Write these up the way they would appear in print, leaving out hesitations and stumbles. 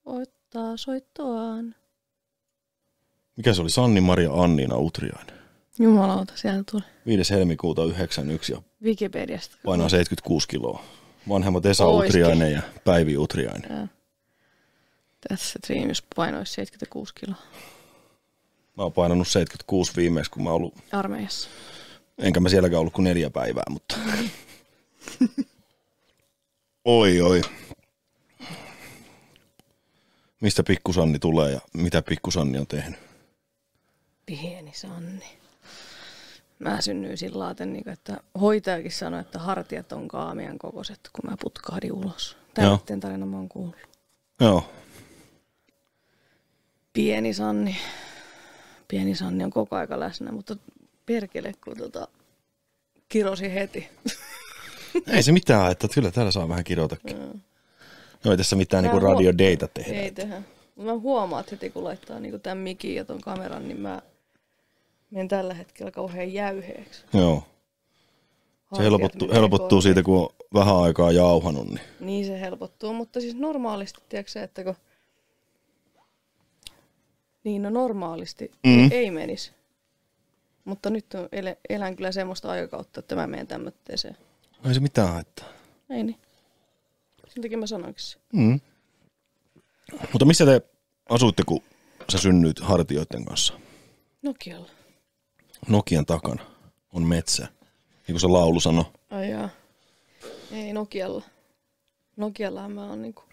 ottaa soittoaan. Mikä se oli? Sanni Maria Anniina Utriainen. Jumalauta, siellä tuli. 5. helmikuuta 91 ja Wikipediasta. painaa 76 kiloa. Vanhemmat Esa Utriainen ja Päivi Utriainen. Ja. Tässä Dreams painoisi 76 kiloa. Mä oon painanut 76 viimeksi, kun mä oon ollut... Armeijassa. Enkä mä sielläkään ollut kuin 4 päivää, mutta... Oi. Mistä Pikkusanni tulee ja mitä Pikkusanni on tehnyt? Pieni Sanni. Mä synnyin sillä lailla, että hoitajakin sanoi, että hartiat on kaamian kokoiset, kun mä putkahdin ulos. Täytteen tarina mä oon kuullut. Joo. Pieni Sanni. Pieni Sanni on koko aika läsnä, mutta perkele, kun kirosi heti. Ei se mitään, että kyllä täällä saa vähän kirotakin. No ei tässä mitään niinku radiodeita tehdä. Ei tehdä. Mä huomaan, että heti kun laittaa niinku tämän mikin ja ton kameran, niin mä menen tällä hetkellä kauhean jäyheeksi. Joo. Se helpottuu siitä, kun on vähän aikaa jauhanut. Niin se helpottuu, mutta siis normaalisti, tiedätkö se, että kun... Niin, no normaalisti ei menisi. Mutta nyt elän kyllä semmoista aikakautta, että mä menen tämmötteeseen. Ei se mitään haittaa. Ei niin. Sen takia mä sanoinkin se. Mutta missä te asuitte, kun sä synnyit hartioiden kanssa? Nokialla. Nokian takana on metsä, niin kuin se laulu sanoi. Ai jaa. Ei Nokialla. Nokiallahan mä oon niinku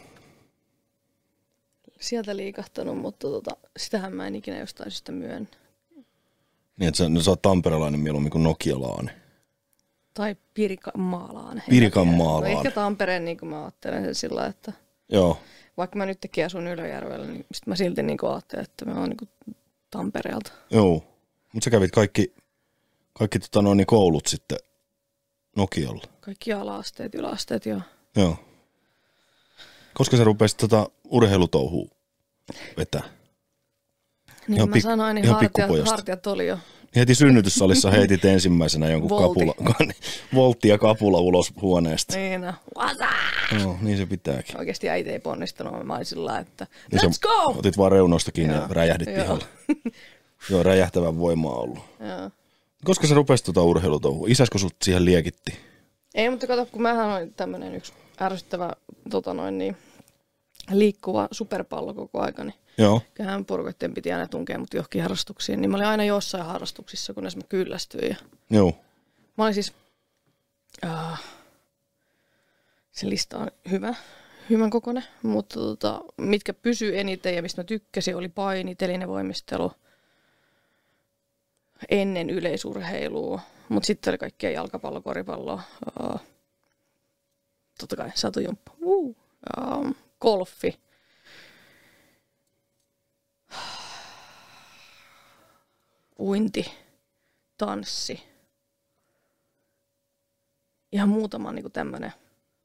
sieltä liikahtanut, mutta sitähän mä en ikinä jostain syystä myönnä. Niin, että sä oot tamperelainen mieluummin kuin nokialainen. Tai Pirkanmaalainen. Pirkanmaalainen. No ehkä Tampereen, niin kuin mä ajattelen sen sillä, että joo. Vaikka mä nytkin asun Ylöjärvellä, niin sit mä silti niin ajattelen, että mä oon niin Tampereelta. Joo, mutta sä kävit kaikki koulut sitten Nokialla. Kaikki ala-asteet, yläasteet, joo. Joo. Koska sä rupesit urheilutouhua vetää? Niin ihan mä sanoin, niin hartiat oli jo. Heti synnytyssalissa heitit ensimmäisenä jonkun voltti ja kapula ulos huoneesta. Niin, no. No, niin se pitääkin. Oikeasti äiti ei ponnistanut, mä olin sillä että niin let's go! Otit vaan reunoista kiinni ja räjähdit pihalle. Joo, räjähtävän voimaa ollut. Joo. Koska sä rupesit urheilutouhua? Isäskö sut siihen liekitti? Ei, mutta kato, kun mähän olin tämmönen yksi ärsyttävä liikkuva superpallo koko aika, niin joo. Kyllähän porukoiden piti aina tunkea mut johonkin harrastuksiin, niin mä olin aina jossain harrastuksissa, kunnes mä kyllästyin. Ja joo. Mä olin siis, se lista on hyvän kokoinen, mutta mitkä pysyy eniten ja mistä mä tykkäsin oli paini, telinevoimistelu ennen yleisurheilua, mutta sitten oli kaikkea jalkapallo, koripallo, totta kai satujumppa, golfi. Uinti, tanssi. Ihan muutama niin kuin tämmönen.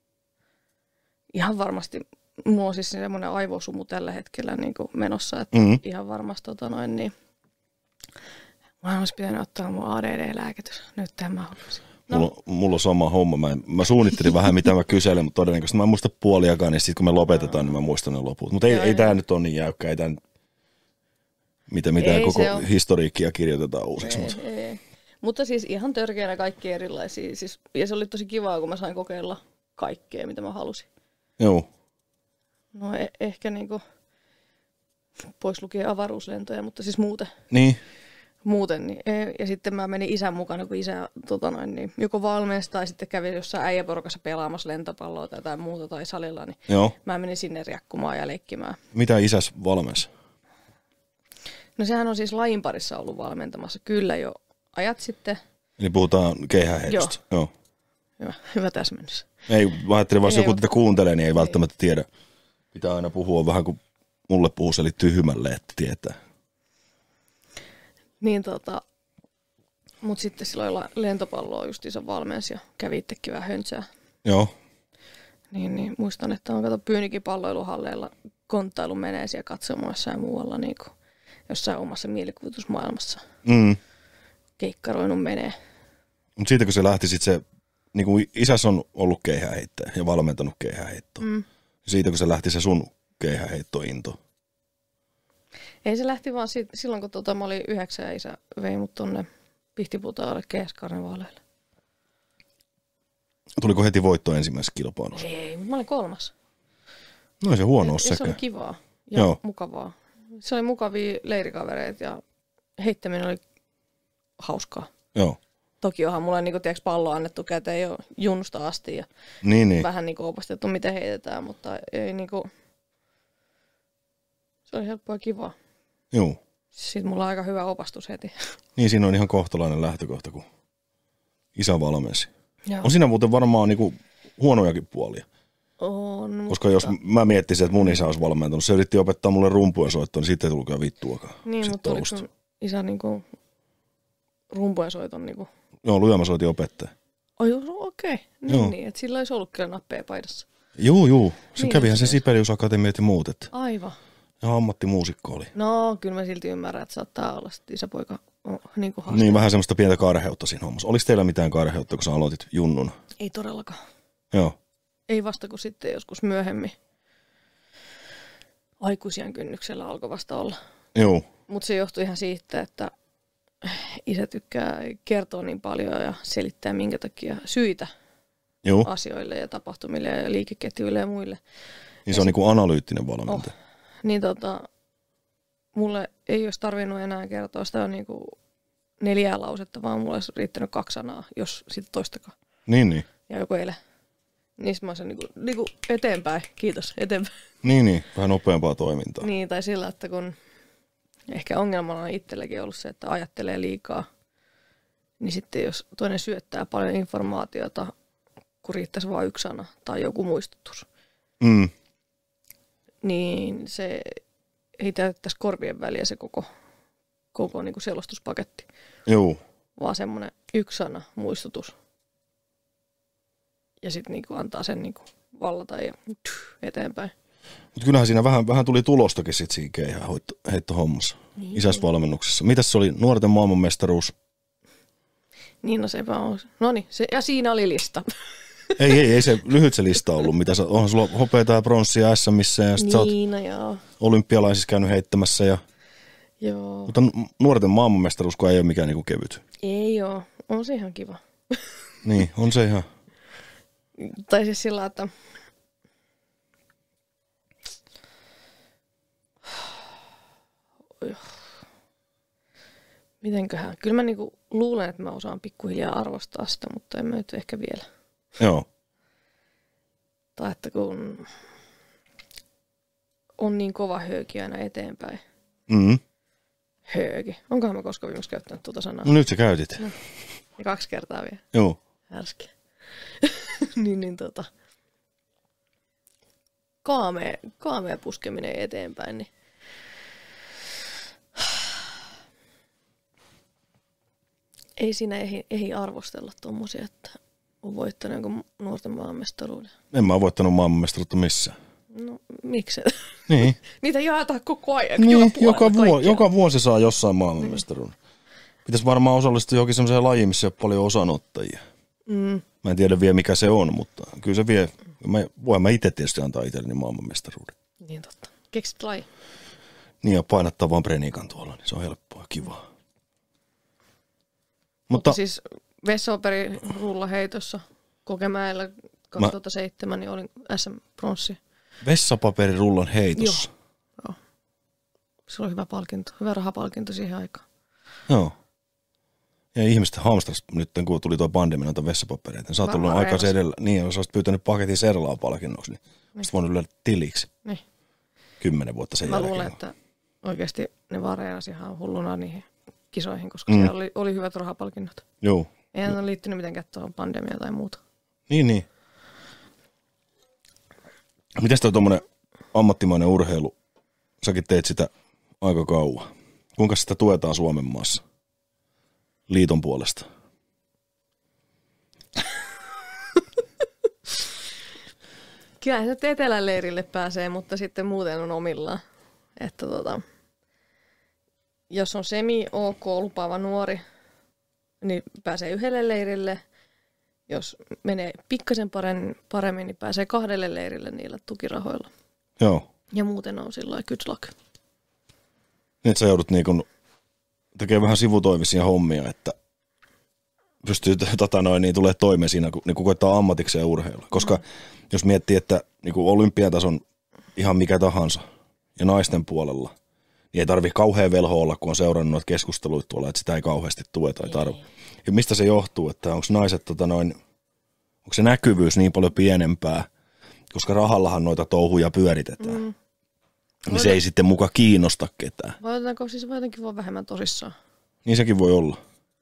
Ihan varmasti mulla on siis semmoinen aivosumu tällä hetkellä niin kuin menossa, että ihan varmasti niin. Mä olisi pitänyt ottaa mun ADD-lääkitys. Nyt tämä haluaisin. No. Mulla on sama homma. Mä suunnittelin vähän mitä mä kyselen, mutta todennäköisesti mä en muista puoliakaan, niin sitten kun me lopetetaan, niin mä muistan ne loput. Mutta ei tää nyt ole niin jäykkä, ei tää mitä koko historiikkia kirjoitetaan uusiksi. Ei. Mutta siis ihan törkeänä kaikki erilaisia. Siis, ja se oli tosi kivaa, kun mä sain kokeilla kaikkea, mitä mä halusin. Joo. No ehkä niinku pois lukien avaruuslentoja, mutta siis muuten. Niin. Muuten. Niin, ja sitten mä menin isän mukana, kun isä niin joko valmensi tai sitten kävi jossain äijäporukassa pelaamassa lentopalloa tai jotain muuta tai salilla. Niin joo. Mä menin sinne riakkumaan ja leikkimään. Mitä isäs valmensi? No sehän on siis lajin parissa ollut valmentamassa kyllä jo ajat sitten. Eli puhutaan keihäheitosta. Joo. Hyvä täsmennys. Ei, mä ajattelin vaan, jos joku tätä kuuntelee, niin ei välttämättä tiedä. Pitää aina puhua vähän kuin mulle puhuu, eli tyhmälle, että tietää. Niin mut sitten silloin lentopalloa justiinsa valmensi ja kävi itsekin vähän höntsää. Joo. Niin muistan, että on kato Pyynikin palloiluhalleilla konttailu menee siellä katsomoissa ja muualla niin kuin jossain omassa mielikuvitusmaailmassa. Keikkaroinut menee. Mutta siitä kun se lähti sitten se, niin kuin isäs on ollut keihäänheittäjä ja valmentanut keihäänheittoa. Siitä kun se lähti se sun keihäheittointo? Ei, se lähti vaan silloin, kun mä olin 9 ja isä vei mut tonne Pihtiputaalle keihäskarnevaaleille. Tuliko heti voitto ensimmäisessä kilpailussa? Ei, mutta mä olin 3. No ei se huono ole sekään. Se oli kivaa ja mukavaa. Se oli mukavia leirikavereita ja heittäminen oli hauskaa. Joo. Toki onhan mulle niinku, pallo annettu käteen jo junnusta asti ja vähän niinku opastettu, miten heitetään, mutta ei niinku... Se oli helppoa ja kivaa. Joo. Sitten mulla on aika hyvä opastus heti. Niin, siinä on ihan kohtalainen lähtökohta, kun isä valmensi. Joo. On siinä muuten varmaan niinku huonojakin puolia. On. Koska jos mä miettisin, että mun isä olisi valmentanut, se yritti opettaa mulle rumpujen soittoa, niin sitten ei tullutkaan vittuakaan. Niin, mutta oliko sun isä niinku rumpujen soiton niinku... Joo, lyömäsoitin opettaja. Okei. Niin, että sillä olisi ollut kyllä nappeja paidassa. Joo. Se niin, kävihän se Sibelius Akatemiat ja muut. Että... Aivan. Ja ammattimuusikko oli. No, kyllä mä silti ymmärrän, että saattaa olla isäpoika niin kuin niin, vähän semmoista pientä karheutta siinä hommassa. Oliko teillä mitään karheutta, kun sä aloitit junnuna? Ei todellakaan. Joo. Ei vasta kuin sitten joskus myöhemmin. Aikuisien kynnyksellä alkoi vasta olla. Joo. Mutta se johtui ihan siitä, että isä tykkää kertoa niin paljon ja selittää minkä takia syitä asioille ja tapahtumille ja liikeketjuille ja muille. Niin se on niin kuin analyyttinen valmentaja. Niin mulle ei olisi tarvinnut enää kertoa sitä niin kuin 4 lausetta, vaan mulle olisi riittänyt 2 sanaa, jos sitten toistakaan. Niin. Ja joku eilen. Niin mä olisin niin kuin eteenpäin, kiitos, eteenpäin. Niin, vähän nopeampaa toimintaa. Niin, tai sillä, että kun ehkä ongelmana on itselläkin ollut se, että ajattelee liikaa, niin sitten jos toinen syöttää paljon informaatiota, kun riittäisi vain 1 sana tai joku muistutus, niin se ei täyttäisi korvien väliä se koko niin kuin selostuspaketti. Joo. Vaan semmoinen 1 sana muistutus. Ja sitten niin antaa sen niin vallata ja eteenpäin. Mutta kyllähän siinä vähän tuli tulostakin sitten siinä keihäheittohommassa, niin. Isäsvalmennuksessa. Mitäs se oli? Nuorten maailmanmestaruus? Niin, no sepä on. Noniin, ja siinä oli lista. Ei se lyhyt se lista ollut. Onhan sulla hopeata ja pronssia SMissä ja sitten niin, sä oot olympialaisissa käynyt heittämässä. Joo. Mutta nuorten maailmanmestaruus, kun ei ole mikään niinku kevyt. Ei oo. On se ihan kiva. Niin, on se ihan. Tai siis sillä, että mitenköhän. Kyllä mä niinku luulen, että mä osaan pikkuhiljaa arvostaa sitä, mutta en mä nyt ehkä vielä. Joo. Tai että kun on niin kova höyki aina eteenpäin. Höyki. Onkohan mä koskaan viimeksi käyttänyt tuota sanaa? No nyt sä käytit. No. Ja 2 kertaa vielä. Joo. Härski. niin kaamea puskeminen eteenpäin, niin ei siinä ei arvostella tommosia, että on voittanut jonkun nuorten maailmanmestaruuden. En mä ole voittanut maailmanmestaruutta missään. No, miksi? Niin. Niitä jaetaan koko ajan. Niin, joka vuosi saa jossain maailmanmestaruuden. Pitäisi varmaan osallistua johonkin sellaiseen lajiin, missä ei ole paljon osanottajia. Mä en tiedä vielä mikä se on, mutta kyllä se vie. Voin mä itse tietysti antaa itselleni maailmanmestaruuden. Niin totta. Keksit laji. Niin ja painattaa vaan prenikan tuolla, niin se on helppoa ja kivaa. Mutta siis vessaoperi rullaheitossa Kokemäellä 2007 niin olin SM-pronssi. Vessapaperirullan heitossa? Joo. Se oli hyvä palkinto, hyvä rahapalkinto siihen aikaan. Joo. Ja ihmiset hamstras nyt, kun tuli tuo pandemia noita vessapapereita. Sä oot ollut aikaisin edellä. Niin, jos olisit pyytänyt paketin Serlaa-palkinnoksi, niin olisit voinut lyödä tiliksi. Niin. 10 vuotta sen jälkeen. Mä luulen, että oikeasti ne vaan reenasi ihan hulluna niihin kisoihin, koska siellä oli hyvät rahapalkinnot. Joo. Eihän ole liittynyt mitenkään tuohon pandemiaan tai muuta. Niin. Mites toi tommonen ammattimainen urheilu? Säkin teet sitä aika kauan. Kuinka sitä tuetaan Suomen maassa? Liiton puolesta. Kyllä se etelän leirille pääsee, mutta sitten muuten on omillaan. Että jos on semi-ok lupaava nuori, niin pääsee 1 leirille. Jos menee pikkasen paremmin, niin pääsee 2 leirille niillä tukirahoilla. Joo. Ja muuten on sillä good luck. Nyt sä joudut niinku tekemään vähän sivutoimisia hommia, että pystyy niin tulee toimeen siinä, kun niinku koittaa ammatikseen urheilla. Koska jos miettii, että niinku olympiatason ihan mikä tahansa ja naisten puolella, niin ei tarvitse kauhean velho olla, kun on seurannut noita keskusteluita tuolla, että sitä ei kauheasti tue tai tarvitse. Ja mistä se johtuu, että onko naiset, onko se näkyvyys niin paljon pienempää, koska rahallahan noita touhuja pyöritetään. Niin se ei sitten muka kiinnosta ketään. Vai otetaanko siis jotenkin vaan vähemmän tosissaan? Niin sekin voi olla.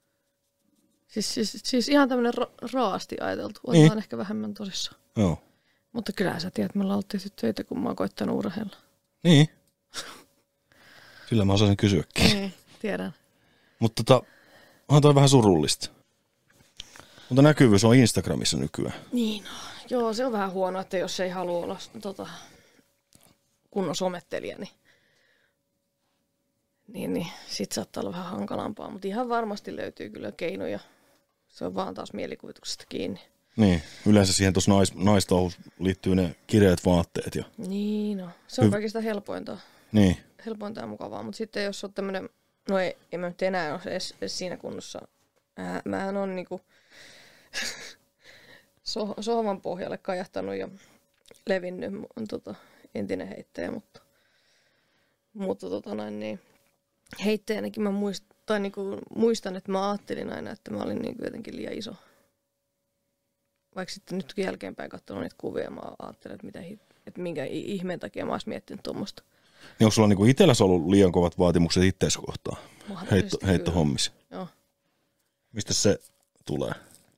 Siis ihan tämmöinen raasti ajateltu. Otetaan ehkä vähemmän tosissaan. Joo. Mutta kyllähän sä tiedät, että me ollaan ollut tehty töitä, kun mä oon koittanut urheilla. Niin. Sillä mä osasin kysyäkin. Niin, tiedän. Mutta onhan toi vähän surullista. Mutta näkyvyys on Instagramissa nykyään. Niin, no. Joo, se on vähän huono, että jos ei halua olla kunnon somettelija, niin sit saattaa olla vähän hankalampaa. Mutta ihan varmasti löytyy kyllä keinoja. Se on vaan taas mielikuvituksesta kiinni. Niin, yleensä siihen tuossa naistouhussa liittyy ne kireät vaatteet. Ja... Niin, no. Se on kaikista helpointa. Niin. Helpointa ja mukavaa. Mutta sitten jos on tämmöinen, no ei mä nyt enää ole edes siinä kunnossa. Mähän on niinku sohvan pohjalle kajahtanut ja levinnyt entinen heittäjä, mutta niin, heittäjänäkin mä muistan, että mä ajattelin aina, että mä olin niinku jotenkin liian iso. Vaikka sitten nyt jälkeenpäin katsonut niitä kuvia, mä ajattelin, että minkä ihmeen takia mä olisin miettinyt tuommoista. Niin onko sulla niinku itselläsi ollut liian kovat vaatimukset ittees kohtaan? Heittohommissa. Joo. Mistä se tulee?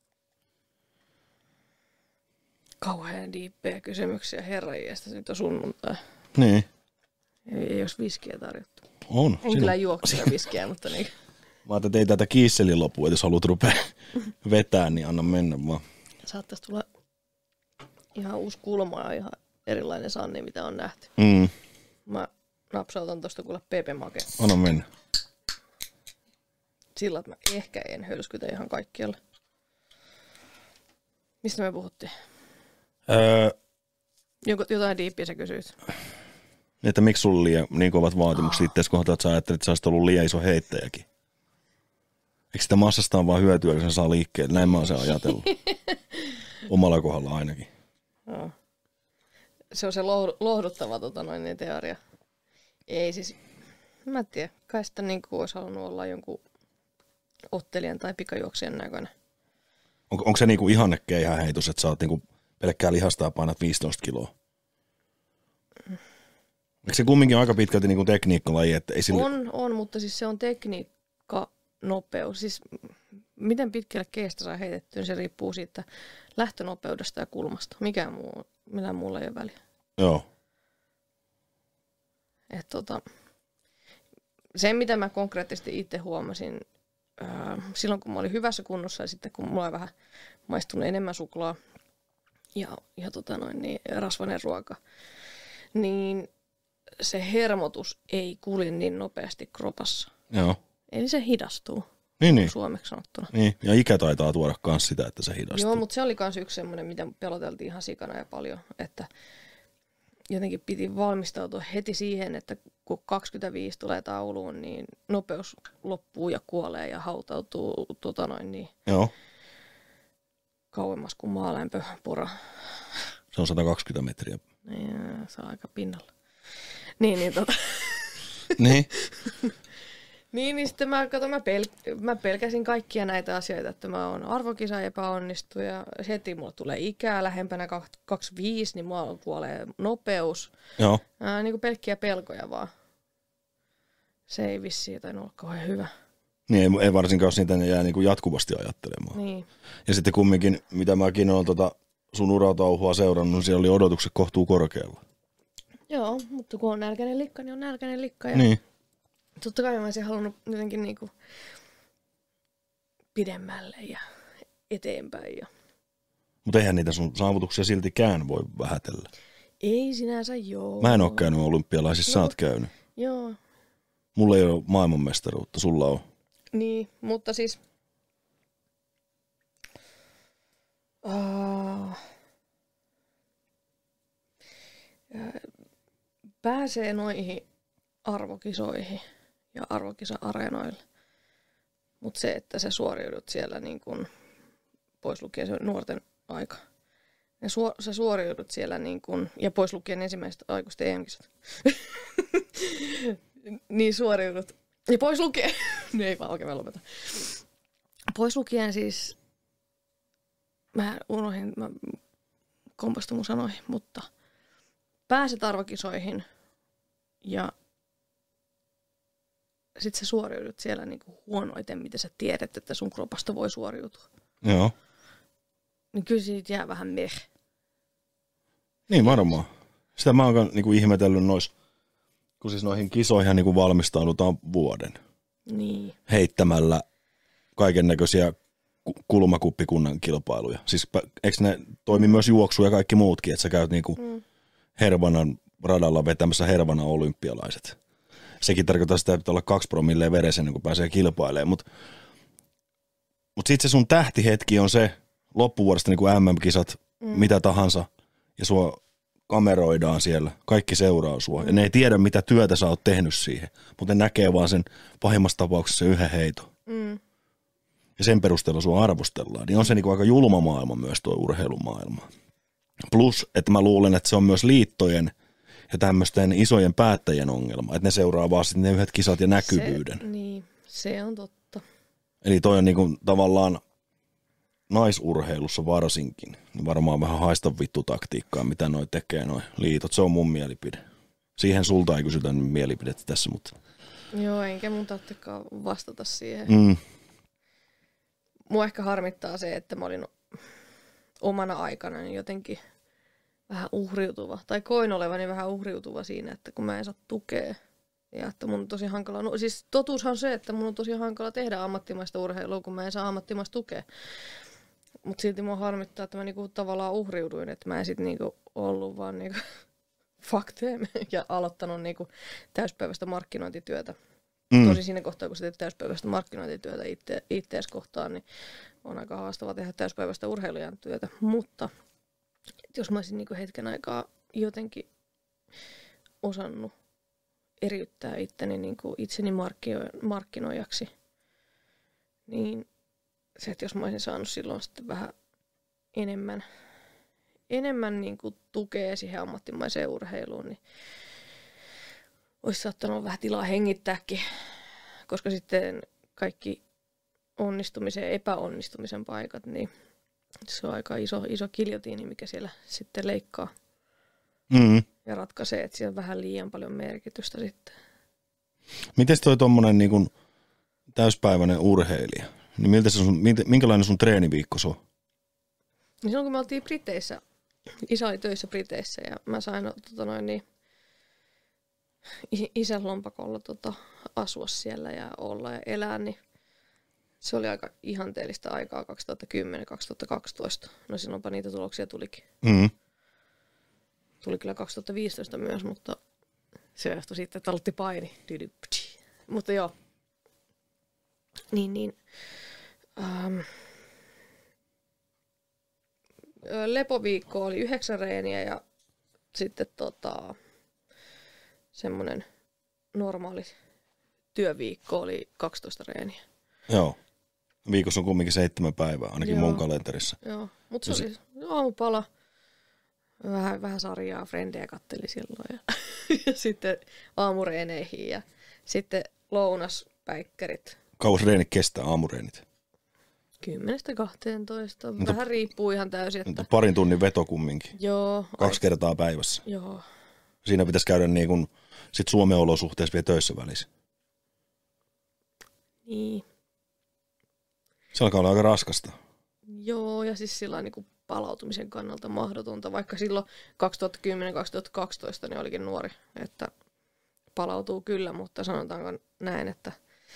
Kauhean diippejä kysymyksiä herranjeesta, nyt on sunnuntai. Niin. Ei olisi viskiä tarjottu. On. En kyllä juoksia viskiä, mutta niin. Mä ajattelin, että ei tätä kiisselin lopu, että jos haluat rupea vetää, niin anna mennä vaan. Saattaisi tulla ihan uusi kulma ja ihan erilainen Sanni, mitä on nähty. Mä napsautan tosta kuule Pepe Make. Anna mennä. Sillä, että mä ehkä en hölskytä ihan kaikkialle. Mistä me puhuttiin? Jotain diippiä sä kysyit. Että miksi sulla liian niin kovat vaatimukset itseäsi kohdalta, että sä ajattelit, että sä olisit ollut liian iso heittäjäkin? Eikö sitä massasta on vaan hyötyä, kun se saa liikkeelle? Näin mä oon sen ajatellut. Omalla kohdalla ainakin. No. Se on se lohduttava teoria. Ei siis, mä en tiedä, kai sitä niin kuin olisi halunnut olla jonkun ottelijan tai pikajuoksijan näköinen. Onko se niinku ihanne keihäänheitos, että sä oot niinku pelkkää lihasta ja painat 15 kiloa? Eikö se kumminkin aika pitkälti niinku tekniikkalaji? Että ei sille... On, mutta siis se on tekniikka, nopeus. Siis miten pitkälle keistä saa heitettyä, se riippuu siitä lähtönopeudesta ja kulmasta. Millään muulla ei ole väliä. Joo. Se, mitä mä konkreettisesti itse huomasin, silloin kun mä olin hyvässä kunnossa ja sitten kun mulla oli vähän maistunut enemmän suklaa ja rasvainen ruoka, niin se hermotus ei kulje niin nopeasti kropassa. Joo. Eli se hidastuu, niin. suomeksi sanottuna. Niin, ja ikä taitaa tuoda myös sitä, että se hidastuu. Joo, mutta se oli myös yksi semmoinen, mitä peloteltiin ihan sikana ja paljon, että jotenkin piti valmistautua heti siihen, että kun 25 tulee tauluun, niin nopeus loppuu ja kuolee ja hautautuu Joo. kauemmas kuin maalämpöpora. Se on 120 metriä. Niin, se on aika pinnalla. Niin? niin sitten mä pelkäsin kaikkia näitä asioita, että mä oon arvokisa epäonnistu ja heti mulla tulee ikää lähempänä 25, niin mulla kuolee nopeus. Joo. Niin kuin pelkkiä pelkoja vaan. Se ei vissiin tainnut olla kauhean hyvä. Niin, ei varsinkaan, jos niitä jää niin kuin jatkuvasti ajattelemaan. Niin. Ja sitten kumminkin, mitä mäkin olen sun uratauhua seurannut, niin siellä oli odotukset kohtuu korkealla. Joo, mutta kun on nälkäinen likka, niin on nälkäinen likka. Ja niin. Totta kai mä olisin halunnut jotenkin niinku pidemmälle ja eteenpäin. Ja... Mutta eihän niitä sun saavutuksia siltikään voi vähätellä. Ei sinänsä joo. Mä en ole käynyt olympialaisissa, sä oot käynyt. Joo. Mulla ei ole maailmanmestaruutta, sulla on. Niin, mutta siis... pääsee noihin arvokisoihin ja arvokisa-areenoille. Mutta se, että sä suoriudut siellä niin kun, pois lukien se nuorten aika. Ja sä suoriudut siellä niin kun, ja pois lukien ensimmäiset aikuisten EM-kisat. Niin suoriudut. Ja pois lukien. Ei vaan, oikein mä lopetan. Pois lukien siis, mä kompastun mun sanoihin, mutta pääset arvokisoihin ja sit sä suoriudut siellä niinku huonoiten, mitä sä tiedät, että sun kropasta voi suoriutua. Joo. Niin kyllä siitä jää vähän meh. Niin varmaan. Sitä mä oon niinku ihmetellyt kun siis noihin kisoihin niinku valmistaudutaan vuoden. Niin. Heittämällä kaiken näköisiä kulmakuppikunnan kilpailuja. Siis eikö ne toimi myös juoksu ja kaikki muutkin, että sä käyt niinku Hervanan radalla vetämässä Hervanan olympialaiset. Sekin tarkoittaa sitä, että pitää olla 2 promilleen veressä, niin kun pääsee kilpailemaan. Mutta sitten se sun tähtihetki on se loppuvuodesta niin kuin MM-kisat, mitä tahansa, ja sua kameroidaan siellä. Kaikki seuraa sua. Ja ne ei tiedä, mitä työtä sä oot tehnyt siihen, mutta ne näkee vaan sen pahimmassa tapauksessa yhden heiton. Ja sen perusteella sua arvostellaan. Niin on se niin kuin aika julma maailma myös tuo urheilumaailma. Plus, että mä luulen, että se on myös liittojen ja tämmöisten isojen päättäjien ongelma, että ne seuraa vaan sitten ne yhdet kisat ja näkyvyyden. Niin, se on totta. Eli toi on niinku tavallaan naisurheilussa varsinkin, niin varmaan vähän haista vittu taktiikkaa, mitä noi tekee noi liitot. Se on mun mielipide. Siihen sulta ei kysytä mielipidettä tässä, mutta... Joo, enkä mun tarvitsekaan vastata siihen. Mua ehkä harmittaa se, että mä olin omana aikana niin jotenkin vähän uhriutuva, tai koin olevani vähän uhriutuva siinä, että kun mä en saa tukea. Ja että mun on tosi hankala, no siis totuushan on se, että mun on tosi hankala tehdä ammattimaista urheilua, kun mä en saa ammattimaista tukea. Mutta silti mua harmittaa, että mä niinku tavallaan uhriuduin, että mä en sit niinku ollut vaan niinku fuck them ja aloittanut niinku täyspäiväistä markkinointityötä. Tosi siinä kohtaa, kun sä teet täyspäiväistä markkinointityötä ittees kohtaan, niin on aika haastavaa tehdä täyspäiväistä urheilijan työtä. Mutta jos mä olisin niinku hetken aikaa jotenkin osannut eriyttää itteni niinku itseni markkinoijaksi, niin se, että jos mä olisin saanut silloin sitten vähän enemmän niinku tukea siihen ammattimaiseen urheiluun, niin olisi saattanut vähän tilaa hengittääkin, koska sitten kaikki onnistumisen ja epäonnistumisen paikat, niin se on aika iso giljotiini, mikä siellä sitten leikkaa. Ja ratkaisee, että siinä on vähän liian paljon merkitystä sitten. Miten toi tommonen niin kun täyspäiväinen urheilija? Niin minkälainen sun treeniviikko se on? Niin silloin kun me oltiin Briteissä, isä oli töissä Briteissä ja mä sain isän lompakolla asua siellä ja olla ja elää, niin se oli aika ihanteellista aikaa 2010-2012. No silloinpa niitä tuloksia tulikin. Tuli kyllä 2015 myös, mutta se johtui siitä, että aloitti paini. Mutta joo. Lepoviikko oli 9 reeniä ja sitten semmoinen normaali työviikko oli 12 reeniä. Joo. Viikossa on kumminkin 7 päivää, ainakin mun kalenterissa. Joo, mutta se oli aamupala. Vähän sarjaa, frendejä katteli silloin ja sitten aamureeneihin ja sitten lounaspäikkärit. Kauas reenit kestää aamureenit? 10-12. Vähän riippuu ihan täysin. Että... Parin tunnin veto kumminkin. Joo. 2 kertaa päivässä. Joo. Siinä pitäisi käydä niin kuin sit Suomen olosuhteessa vielä töissä välissä. Niin. Se alkaa olla aika raskasta. Joo, ja siis sillä niin palautumisen kannalta mahdotonta, vaikka silloin 2010-2012 niin olikin nuori, että palautuu kyllä, mutta sanotaanko näin, että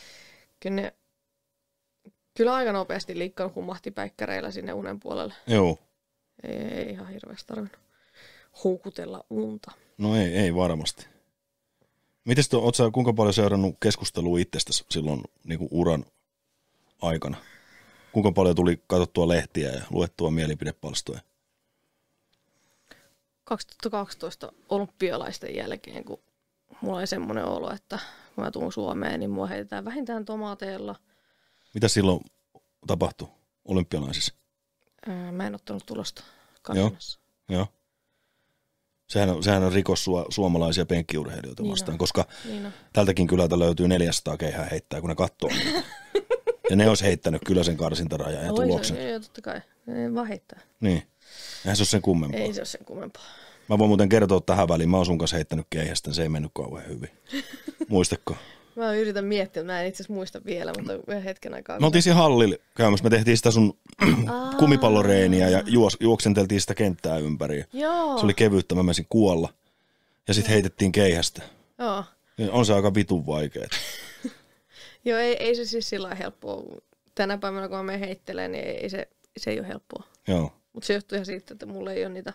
kyllä aika nopeasti liikkaan humahti päikkäreillä sinne unen puolelle. Joo. Ei ihan hirveästi tarvinnut houkutella unta. No ei varmasti. Mites oot sä kuinka paljon seurannut keskustelua itsestäsi silloin niin kuin uran aikana? Kuinka paljon tuli katsottua lehtiä ja luettua mielipidepalstoja? 2012 olympialaisten jälkeen, kun mulla oli semmoinen olo, että kun mä tuun Suomeen, niin mua heitetään vähintään tomaateilla. Mitä silloin tapahtui olympialaisissa? Mä en ottanut tulosta karsinassa. Joo. Sehän on rikos suomalaisia penkkiurheilijoita vastaan, koska tältäkin kylältä löytyy 400 keihää heittää, kun ne katsoo niitä. Ja ne olisi heittänyt kyllä sen karsintarajan ja tuloksen. Joo, totta kai. Ne vaan heittää. Niin. Eihän se ole sen kummempaa. Ei se ole sen kummempaa. Mä voin muuten kertoa tähän väliin. Mä oon sun kanssa heittänyt keihästä, se ei mennyt kauhean hyvin. Muistatko? Mä yritän miettiä, mä en itse asiassa muista vielä, mutta hetken aikaa. Me oltiin siinä hallilla käymässä. Me tehtiin sitä sun kumipalloreeniä ja juoksenteltiin sitä kenttää ympäri. Joo. Se oli kevyyttä, mä menisin kuolla. Ja sitten heitettiin keihästä. Joo. On se aika vitun vaikeet. Joo, ei se siis sillä helppoa. Tänä päivänä, kun mä menen heittelemään, niin se ei ole helppoa. Joo. Mutta se johtuu ihan siitä, että mulla ei ole niitä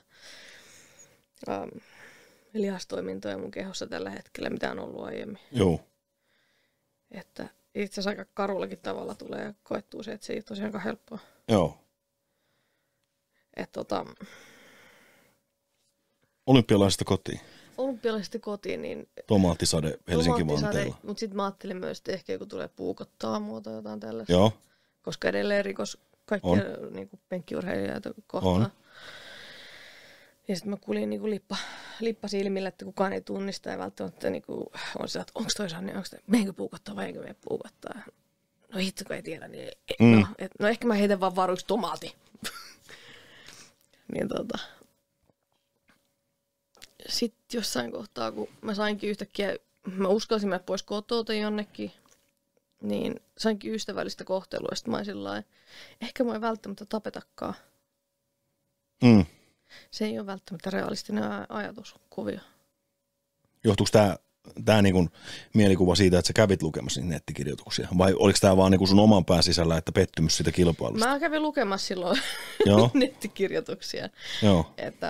lihastoimintoja mun kehossa tällä hetkellä, mitä on ollut aiemmin. Joo. Että itse asiassa aika karullakin tavalla tulee ja koettuu se, että se ei ole tosiaankaan helppoa. Joo. Että olympialaisista kotiin. Olympialaisista kotiin, niin Tomaattisade Helsinki-Vanteella. Mutta sitten mä ajattelin myös, että ehkä joku tulee puukottaa muuta jotain tällaista. Joo. Koska edelleen rikos kaikkia niin penkkiurheilijoita kohtaan. On. Ja sitten mä kuulin niin lippa silmillä, että kukaan ei tunnista ja välttämättä niin on se, että onko toi Sanni, menenkö puukottaa vai enkö mene puukottaa. No hitto, kun ei tiedä, niin no ehkä mä heitän vaan varuiksi tomaati. Niin sitten jossain kohtaa, kun mä sainkin yhtäkkiä, mä uskalsin mennä pois kotouta jonnekin, niin sainkin ystävällistä kohtelua. Sitten mä olin ehkä mä ei välttämättä tapetakaan. Se ei ole välttämättä realistinen ajatuskuvio. Johtuuko tämä niinku mielikuva siitä, että sä kävit lukemassa niitä nettikirjoituksia? Vai oliko tämä vaan niinku sun oman pään sisällä, että pettymys siitä kilpailusta? Mä kävin lukemassa silloin nettikirjoituksia. Joo. Että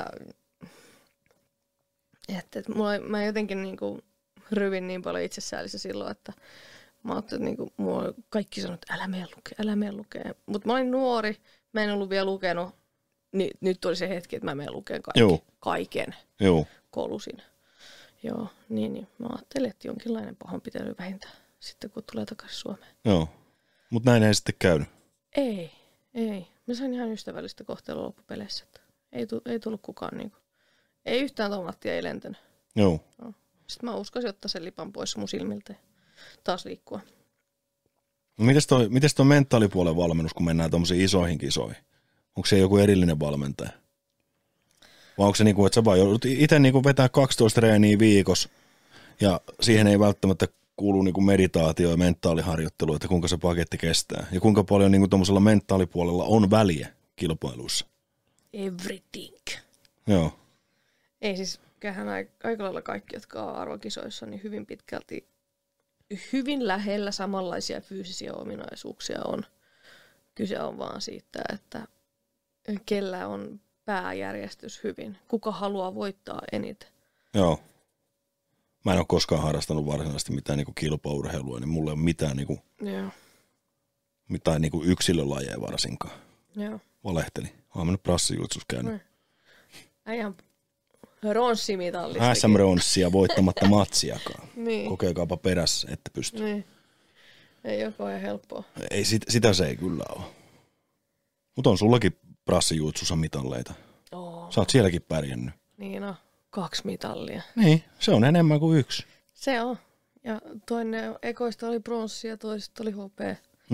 mä jotenkin niinku ryvin niin paljon itsesäälissä silloin, että mä ajattelin, että niinku, mulla kaikki sanoi, että älä mene lukea. Mutta mä olin nuori, mä en ollut vielä lukenut. Nyt oli se hetki, että mä menen lukemaan kaiken kolusin. Joo, niin. Mä ajattelin, että jonkinlainen pahoinpitely vähintään sitten, kun tulee takaisin Suomeen. Joo, mutta näin ei sitten käynyt. Ei. Mä sain ihan ystävällistä kohtelua loppupeleissä. Ei tullut kukaan niinku. Ei yhtään tomaattia ei lentänyt. Joo. No. Sitten mä uskasin ottaa sen lipan pois mun silmiltä ja taas liikkua. No mites toi mentaalipuolen valmennus, kun mennään tommosiin isoihin kisoihin? Onko se joku erillinen valmentaja? Vai onko se niin kuin, että sä vaan joudut itse niin kuin vetää 12 treeniä viikossa ja siihen ei välttämättä kuulu niin kuin meditaatio ja mentaaliharjoittelu, että kuinka se paketti kestää ja kuinka paljon niin kuin tommosella mentaalipuolella on väliä kilpailuissa? Everything. Joo. Ei siis, kyllähän aika lailla kaikki, jotka on arvokisoissa, niin hyvin pitkälti, hyvin lähellä samanlaisia fyysisiä ominaisuuksia on. Kyse on vaan siitä, että kellä on pääjärjestys hyvin. Kuka haluaa voittaa eniten. Joo. Mä en ole koskaan harrastanut varsinaisesti mitään niinku kilpaurheilua, niin mulla ei ole mitään, niinku, mitään niinku yksilölajeja varsinkaan. Joo. Valehtelin. Olen mennyt prassijuitsussa käynyt. Äijän ronssimitallista. SM-ronssia voittamatta matsiakaan. Niin. Kokeekaapa perässä, että pystyy. Niin. Ei ole kauhean helppoa. Ei, sitä se ei kyllä ole. Mutta on sullakin prassijuitsussa mitalleita. Sä oot sielläkin pärjännyt. Niin on. 2 mitallia. Niin, se on enemmän kuin 1. Se on. Ja toinen ekoista oli bronssi ja toisesta oli hopea.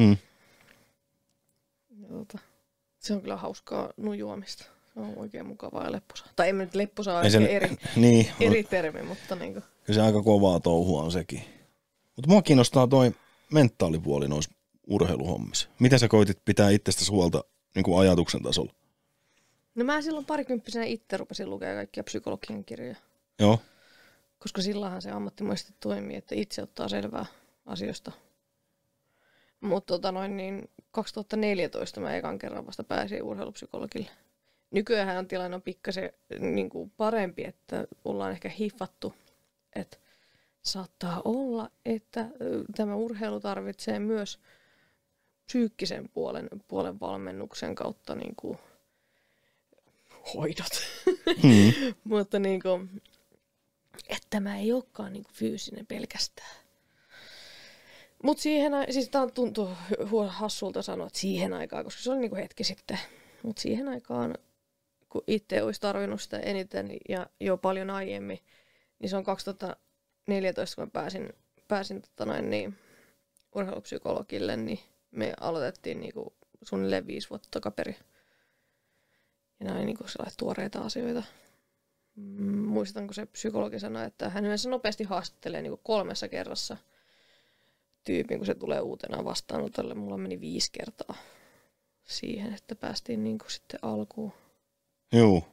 Se on kyllä hauskaa nujuamista. Se on oikein mukavaa ja lepposaa. Tai ei nyt lepposaa eri termi, mutta niinku. Kyllä se aika kovaa touhua on sekin. Mutta mua kiinnostaa toi mentaalipuoli noissa urheiluhommissa. Miten sä koitit pitää itsestäsi huolta niin kuin ajatuksen tasolla? No mä silloin parikymppisenä itse rupesin lukemaan kaikkia psykologian kirjoja. Joo. Koska sillähän se ammattimaisesti toimii, että itse ottaa selvää asioista. Mutta 2014 mä ekan kerran vasta pääsin urheilupsykologille. Nykyään tilanne on pikkasen niin kuin parempi, että ollaan ehkä hiffattu, että saattaa olla, että tämä urheilu tarvitsee myös psyykkisen puolen valmennuksen kautta niin kuin hoidot. Mutta niinku, että tämä ei olekaan niinku fyysinen pelkästään. Mutta siis tämä tuntuu hassulta sanoa, että siihen aikaan, koska se oli niinku hetki sitten. Mutta siihen aikaan, kun itse olisi tarvinnut sitä eniten ja jo paljon aiemmin, niin se on 2014, kun mä pääsin urheilupsykologille, niin me aloitettiin niinku suunnilleen 5 vuotta takaperin. Ja nämä oli niinku sellaisia tuoreita asioita. Muistan, kun se psykologi sanoi, että hän yleensä nopeasti haastattelee niinku 3 kerrassa tyypin, kun se tulee uutena vastaanotolle. Mulla meni 5 kertaa siihen, että päästiin niinku sitten alkuun. Joo.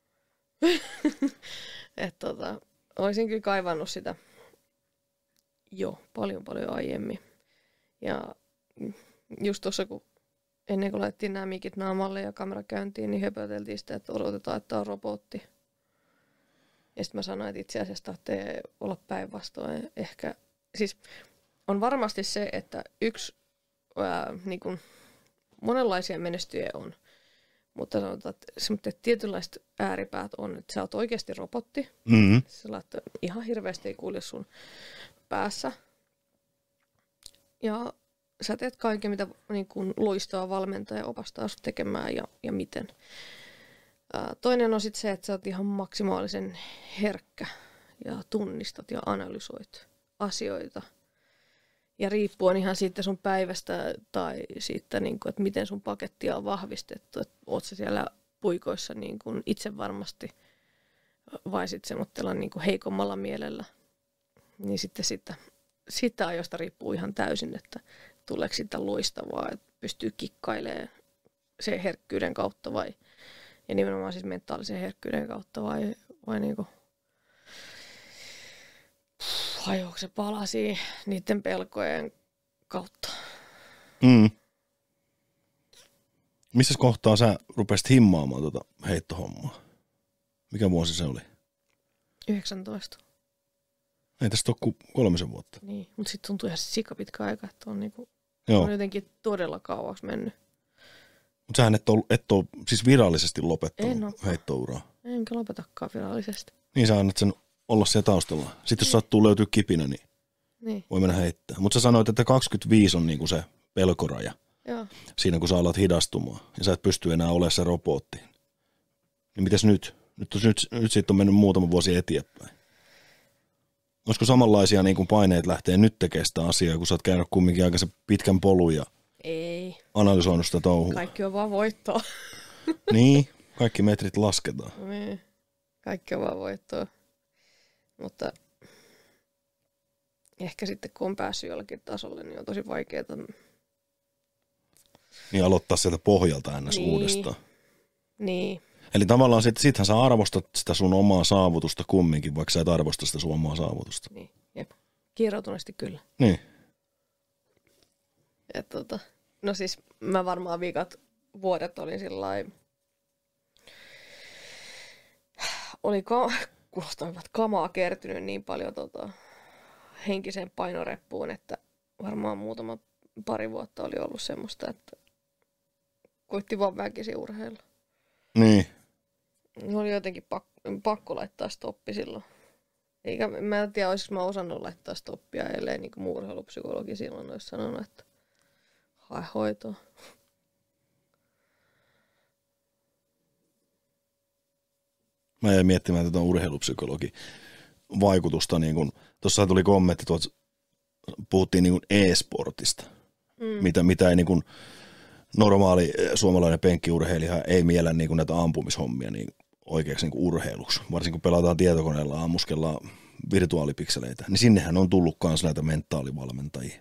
Että olisin kyllä kaivannut sitä jo paljon aiemmin. Ja just tuossa, kun ennen kuin laitettiin nämä mikit naamalle ja kamera käyntiin, niin höpöteltiin sitä, että odotetaan, että on robotti. Ja sitten mä sanoin, että itse asiassa tahtee olla päinvastoin. Ehkä, siis on varmasti se, että yksi, niin kuin monenlaisia menestyjiä on, mutta sanotaan, että semmoiset tietynlaiset ääripäät on, että sä oot oikeasti robotti. Mm-hmm. Sellainen, ihan hirveästi ei kulje sun päässä. Ja sä teet kaiken, mitä niin kuin loistava valmentaja opastaa sut tekemään ja miten. Toinen on sitten se, että sä oot ihan maksimaalisen herkkä ja tunnistat ja analysoit asioita. Ja riippuen ihan siitä sun päivästä tai siitä, niin kuin, että miten sun pakettia on vahvistettu. Että oot sä siellä puikoissa niin kuin itse varmasti vai sitten semmoittella niin kuin heikommalla mielellä. Niin sitten siitä ajoista riippuu ihan täysin, että tuleeko sitä loistavaa, että pystyy kikkailemaan sen herkkyyden kautta ja nimenomaan siis mentaalisen herkkyyden kautta vai niinku hajoako se palasi niiden pelkojen kautta. Missä kohtaa sä rupesit himmaamaan tuota heittohommaa? Mikä vuosi se oli? 19. Ei tästä ole kuin 3 vuotta. Niin, mutta sitten tuntuu ihan sikapitkä aika, että on, niinku, on jotenkin todella kauaksi mennyt. Mutta sähän et ole siis virallisesti lopettanut heittouraa. Enkä lopetakaan virallisesti. Niin sä annat sen olla siellä taustalla. Sitten jos sattuu löytyy kipinä, niin voi mennä heittää. Mutta sä sanoit, että 25 on niinku se pelkoraja. Joo. Siinä kun sä alat hidastumaan ja sä et pysty enää olemaan se robotti. Niin mitäs nyt? Nyt siitä on mennyt muutama vuosi eteenpäin. Olisiko samanlaisia niin kuin paineet lähtee nyt tekemään sitä asiaa, kun sä oot käynyt kumminkin aika se pitkän polun ja ei analysoinut sitä touhua? Kaikki on vaan voittoa. Niin, kaikki metrit lasketaan. Niin, kaikki on vaan voittoa. Mutta ehkä sitten kun on päässyt jollakin tasolle, niin on tosi vaikeaa. Niin aloittaa sieltä pohjalta ennäs uudestaan. Niin. Eli tavallaan sittenhän sä arvostat sitä sun omaa saavutusta kumminkin, vaikka sä et arvosta sitä sun omaa saavutusta. Niin, jep. Kiirautuneesti kyllä. Niin. No siis mä varmaan viikat vuodet olin sillain, oli kamaa kertynyt niin paljon henkiseen painoreppuun, että varmaan pari vuotta oli ollut semmoista, että koitti vaan väkisin urheilla. Niin. Oli jotenkin pakko laittaa stoppi silloin. Mä en tiedä, olisiko mä osannut laittaa stoppia, ellei niin kuin urheilupsykologi silloin olisi sanonut, että hae hoitoa. Mä jäin miettimään tätä urheilupsykologin vaikutusta. Niin tuossa tuli kommentti, puhuttiin niin kuin e-sportista, mitä ei niin kuin normaali suomalainen penkkiurheilija ei miellä niin kuin näitä ampumishommia niin oikeaksi niin kuin urheiluksi. Varsinkin kun pelataan tietokoneella, ammuskellaan virtuaalipikseleitä, niin sinnehän on tullut myös näitä mentaalivalmentajia.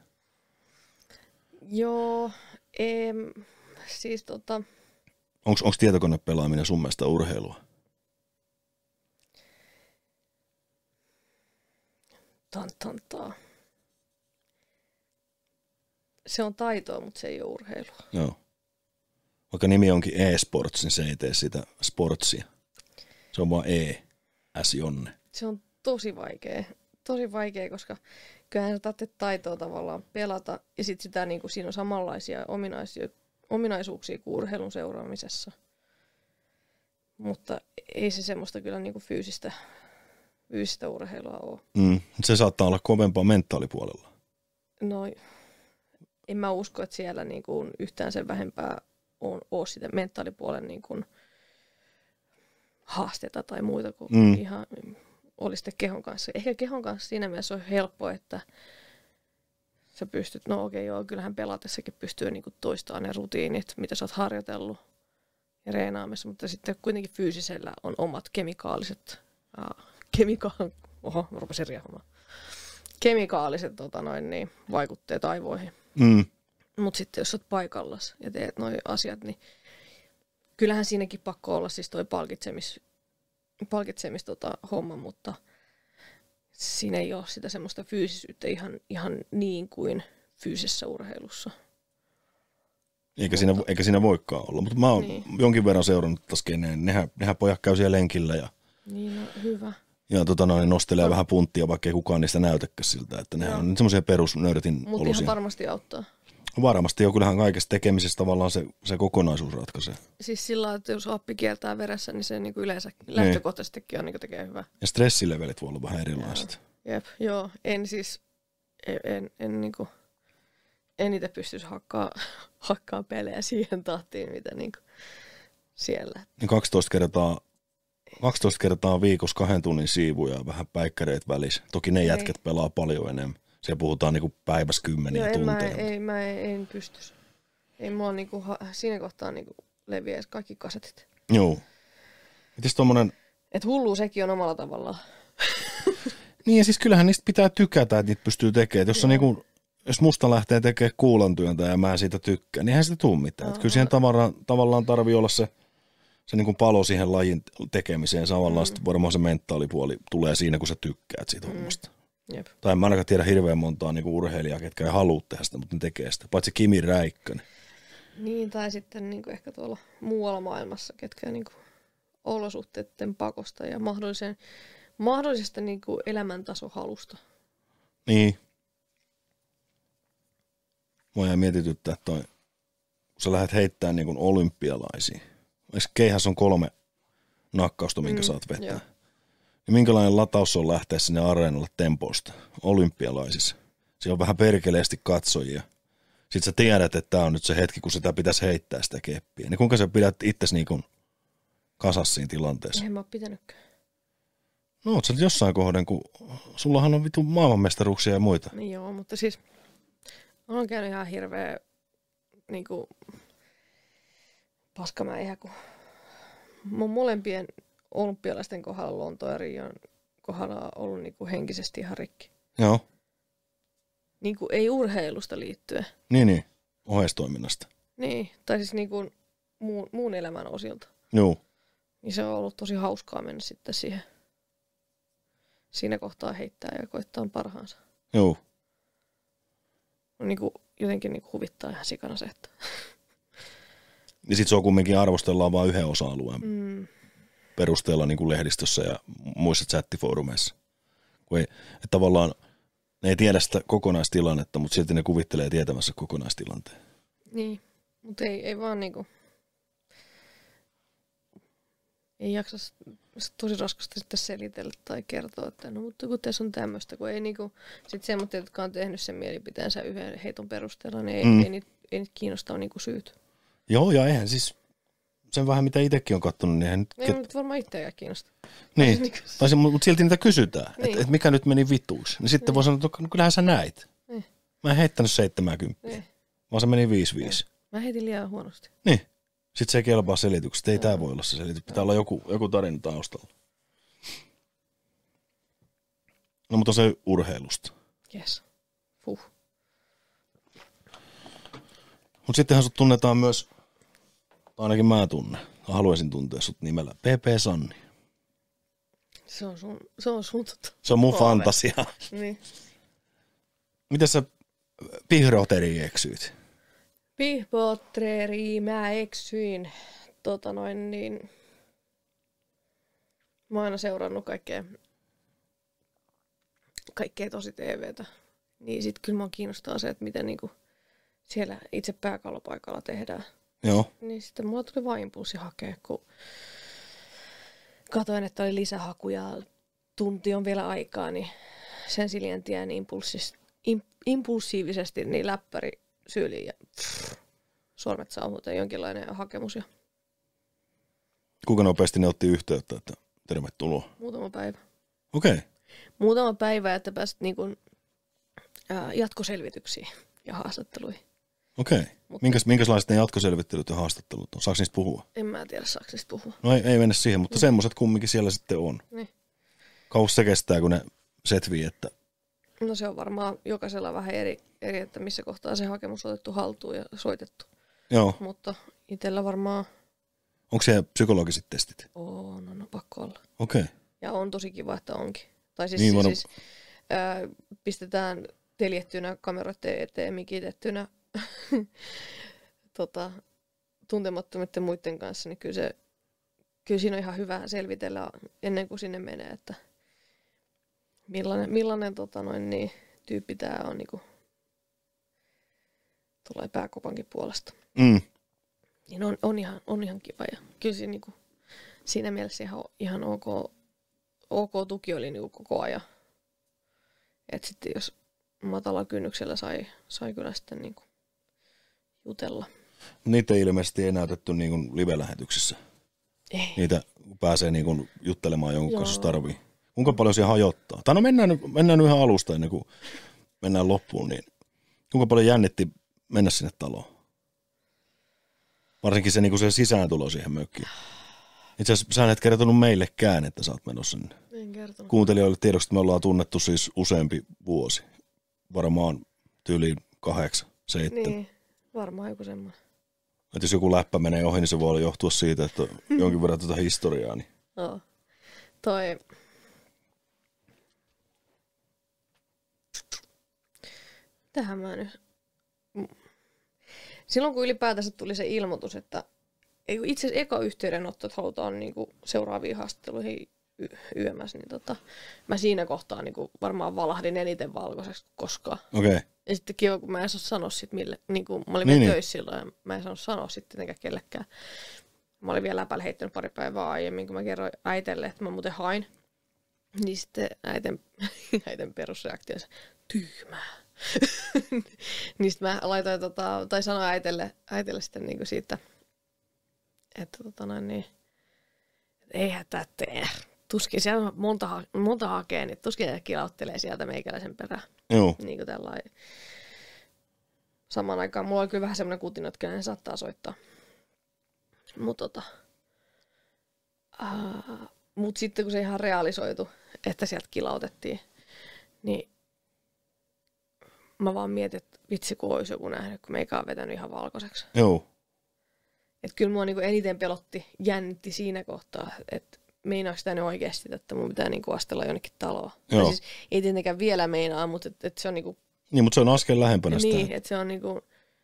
Joo, siis Onko tietokonepelaaminen sun mielestä urheilua? Se on taitoa, mutta se ei ole urheilua. Joo. Vaikka nimi onkin e-sports, niin se ei tee sitä sportsia. Se on vaan S-jonne. Se on tosi vaikea, koska kyllähän sä tarvitset taitoa tavallaan pelata. Ja sitten sitä niin kuin siinä on samanlaisia ominaisuuksia kuin urheilun seuraamisessa. Mutta ei se semmoista kyllä niinku fyysistä urheilua ole. Se saattaa olla kovempaa mentaalipuolella. No, en mä usko, että siellä niinku yhtään sen vähempää on sitä mentaalipuolen niinku haasteita tai muita kuin ihan oli sitten kehon kanssa. Ehkä kehon kanssa siinä mielessä on helppo, että sä pystyt, no okei, joo, kyllähän pelatessakin pystyy niinku toistamaan ne rutiinit, mitä sä oot harjoitellut ja reenaamassa, mutta sitten kuitenkin fyysisellä on omat kemikaaliset, kemikaaliset vaikutteet aivoihin. Mutta sitten jos oot paikallas ja teet nuo asiat, niin kyllähän siinäkin pakko olla siis toi palkitsemis homma, mutta siinä ei ole sitä semmoista fyysisyyttä ihan niin kuin fyysisessä urheilussa. Eikä siinä voikaan olla, mutta mä oon jonkin verran seurannut taas keneen. Nehän pojat käy siellä lenkillä ja, niin, no, hyvä. Ja nostelee vähän punttia, vaikka ei kukaan niistä näytäkään siltä. Että nehän on semmoisia perusnöyrätin olusia. Mutta ihan varmasti auttaa. Varmasti jo, kyllähän kaikessa tekemisessä tavallaan se kokonaisuus ratkaisee. Siis sillä lailla, että jos happi kieltää veressä, niin se niinku yleensä lähtökohtaisestikin on, niinku tekee hyvää. Ja stressilevelit voi olla vähän erilaiset. Jep, joo. En itse pystyisi hakkaa pelejä siihen tahtiin, mitä niinku siellä. Niin 12 kertaa viikossa 2 tunnin siivuja ja vähän päikkäreet välissä. Toki ne jätkät pelaa paljon enemmän. Siellä puhutaan niinku päivässä 10 tunteja. Mä en pystyisi. Ei mua niinku, siinä kohtaa niinku leviä kaikki kasetit. Joo. Mites tommonen... Et hullu sekin on omalla tavallaan. Niin ja siis kyllähän niistä pitää tykätä, että niitä pystyy tekemään. Jos musta lähtee tekemään kuulantyöntä ja mä siitä tykkään, niin eihän sitä tule mitään. Kyllä siihen tavallaan tarvii olla se niinku palo siihen lajin tekemiseen. Tavallaan varmaan se mentaalipuoli tulee siinä, kun sä tykkäät siitä hommasta. Jep. Tai en mä ainakaan tiedä hirveän montaa niinku urheilijaa, ketkä ei halua tehdä sitä, mutta ne tekee sitä. Paitsi Kimi Räikkönen. Niin, tai sitten niinku ehkä tuolla muualla maailmassa, ketkä niinku olosuhteiden pakosta ja mahdollisesta niinku elämäntasohalusta. Niin. Mua jäi mietityttää toi, kun sä lähdet heittämään niinku olympialaisiin. Keihäs on 3 nakkausta, minkä saat vetää. Joo. Ja minkälainen lataus on lähteä sinne areenalle tempoista olympialaisissa? Siellä on vähän perkeleesti katsojia. Sitten sä tiedät, että tää on nyt se hetki, kun sitä pitäisi heittää sitä keppiä. Niin kuinka sä pidät itsesi niin kuin kasassa siinä tilanteessa? En mä oo pitänytkään. No oot sä jossain kohden, kun sullahan on vitu maailmanmestaruuksia ja muita. Niin joo, mutta siis mä oon käynyt ihan hirveä niinku paskamäihä, kun mun molempien olympialaisten kohdalla Lontoon ja Rion kohdalla on ollut niinku henkisesti ihan rikki. Joo. Niinku ei urheilusta liittyen. Niin. Oheistoiminnasta. Niin, tai siis niinku muun elämän osilta. Joo. Niin se on ollut tosi hauskaa mennä sitten siinä kohtaa heittää ja koittaa parhaansa. Joo. Niinku, jotenkin niinku huvittaa ihan sikana se, että... Ja sit se on kumminkin arvostellaan vain yhden osa-alueen perusteella niin kuin lehdistössä ja muissa chattifoorumeissa. Että tavallaan ne ei tiedä sitä kokonaistilannetta, mutta silti ne kuvittelee tietämässä kokonaistilanteen. Niin, mutta ei vaan niinku... Ei jaksa tosi raskasta sitten selitellä tai kertoa, että no mutta kun tässä on tämmöistä, kun ei niinku... Sitten semmoiset, jotka on tehnyt sen mielipiteensä yhden heiton perusteella, niin ei niitä kiinnostaa niinku syyt. Joo, ja eihän siis sen vähän mitä itsekin on katsonut, niin eihän nyt... Ei nyt varmaan itseäkään kiinnosta. Niin, mutta silti niitä kysytään, niin. että mikä nyt meni vituiksi. Niin sitten voi sanoa, että no, kyllähän sä näit. Niin. Mä en heittänyt 70, vaan se meni 5-5. Niin. Mä heitin liian huonosti. Niin, sitten se ei kelpaa selityksestä. Ei tää voi olla se selitys, pitää olla joku tarina taustalla. No mutta se urheilusta. Jes, Mutta sittenhän sut tunnetaan myös, ainakin mä tunnen, haluaisin tuntea sut nimellä PP Sanni. Se on sun Se on mun fantasia. Niin. Miten sä Pihroteriin eksyit? Pihroteriin mä eksyin. Mä oon aina seurannut kaikkea tosi TVtä. Niin sit kyllä mua kiinnostaa se, että miten niinku siellä itse pääkallopaikalla tehdään. Joo. Niin sitten mulla tuli vaan impulssi hakea, kun katoin, että oli lisähaku ja tunti on vielä aikaa, niin sen Siljan tien impulsiivisesti niin läppäri syliin ja sormet sauhuuteen jonkinlainen hakemus. Ja kuinka nopeasti ne otti yhteyttä, että tervetuloa? Muutama päivä. Okei. Okay. Muutama päivä, että pääsit niin kuin, jatkoselvityksiin ja haastatteluihin. Okei. Okay. Minkälaiset ne jatkoselvittelyt ja haastattelut on? Saako niistä puhua? En mä tiedä, saako niistä puhua. No ei mennä siihen, mutta semmoiset kumminkin siellä sitten on. Niin. Kauas se kestää, kun ne setvii, että... No se on varmaan jokaisella vähän eri, että missä kohtaa se hakemus on otettu haltuun ja soitettu. Joo. Mutta itsellä varmaan... Onko siellä psykologiset testit? No pakko olla. Okei. Okay. Ja on tosi kiva, että onkin. Tai siis, pistetään teljettynä kameroiden eteen mikitettynä tuntemattomien muiden kanssa, niin kyllä siinä on ihan hyvä selvitellä ennen kuin sinne menee, että millainen tyyppi tämä on, niin kuin, tulee pääkopankin puolesta. Mm. Niin on ihan kiva ja kyllä siinä, niin kuin, siinä mielessä ihan ok tuki oli niin kuin koko ajan. Että sitten jos matala kynnyksellä sai kyllä sitten niin kuin jutella. Niitä ilmeisesti ei näytetty niin kuin live-lähetyksessä. Ei. Niitä pääsee niin kuin juttelemaan jonkun kanssa, jos tarvii. Kuinka paljon siellä hajottaa? Tai no mennään ihan alusta ennen kuin mennään loppuun. Niin kuinka paljon jännitti mennä sinne taloon? Varsinkin se, niin kuin se sisääntulo siihen mökkiin. Itse asiassa sä et kertonut meillekään, että sä oot menossa sinne. En kertonut. Kuuntelijoille tiedoksi, että me ollaan tunnettu siis useampi vuosi. Varmaan tyyliin 8, 7. Niin, varmaan joku semmoinen. Että jos joku läppä menee ohi, niin se voi johtua siitä, että jonkin verran tuota historiaa. Niin. No. Tähän mä nyt... Silloin kun ylipäätänsä tuli se ilmoitus, että itse asiassa eka yhteydenotto, että halutaan niinku seuraaviin haastatteluihin yömässä, niin mä siinä kohtaa niinku varmaan valahdin eniten valkoiseksi koskaan. Okei. Ja sitten kiva, kun mä en saa sanoa sit mille, niinku mä olin vielä töissä silloin ja mä en saanut sanoa sitten tietenkään kellekään. Mä olin vielä läpällä heittänyt pari päivää aiemmin, kun mä kerroin äitelle, että mä muuten hain. Niin sitten äiten perusreaktio se tyhmää. Niin sitten mä laitoin, tai sanoin äitelle sitten niinku siitä, että ei hätää tee. Tuskin siellä monta hakee, niin tuskin kilauttelee sieltä meikäläisen perään. Joo. Niin kuin tällainen. Samaan aikaan mulla oli kyllä vähän semmoinen kutina, että kyllä ne saattaa soittaa. Mut sitten kun se ihan realisoitu, että sieltä kilautettiin, niin mä vaan mietin, että vitsi kun olisi joku nähnyt, kun meikä on vetänyt ihan valkoiseksi. Joo. Että kyllä mua niinku eniten jännitti siinä kohtaa, että meinaako sitä nyt oikeasti, että mun pitää niinku astella jonnekin taloon. Siis ei tietenkään vielä meinaa, mutta et se on niinku... Niin, mutta se on askel lähempänä sitä. Niin, että se on niinku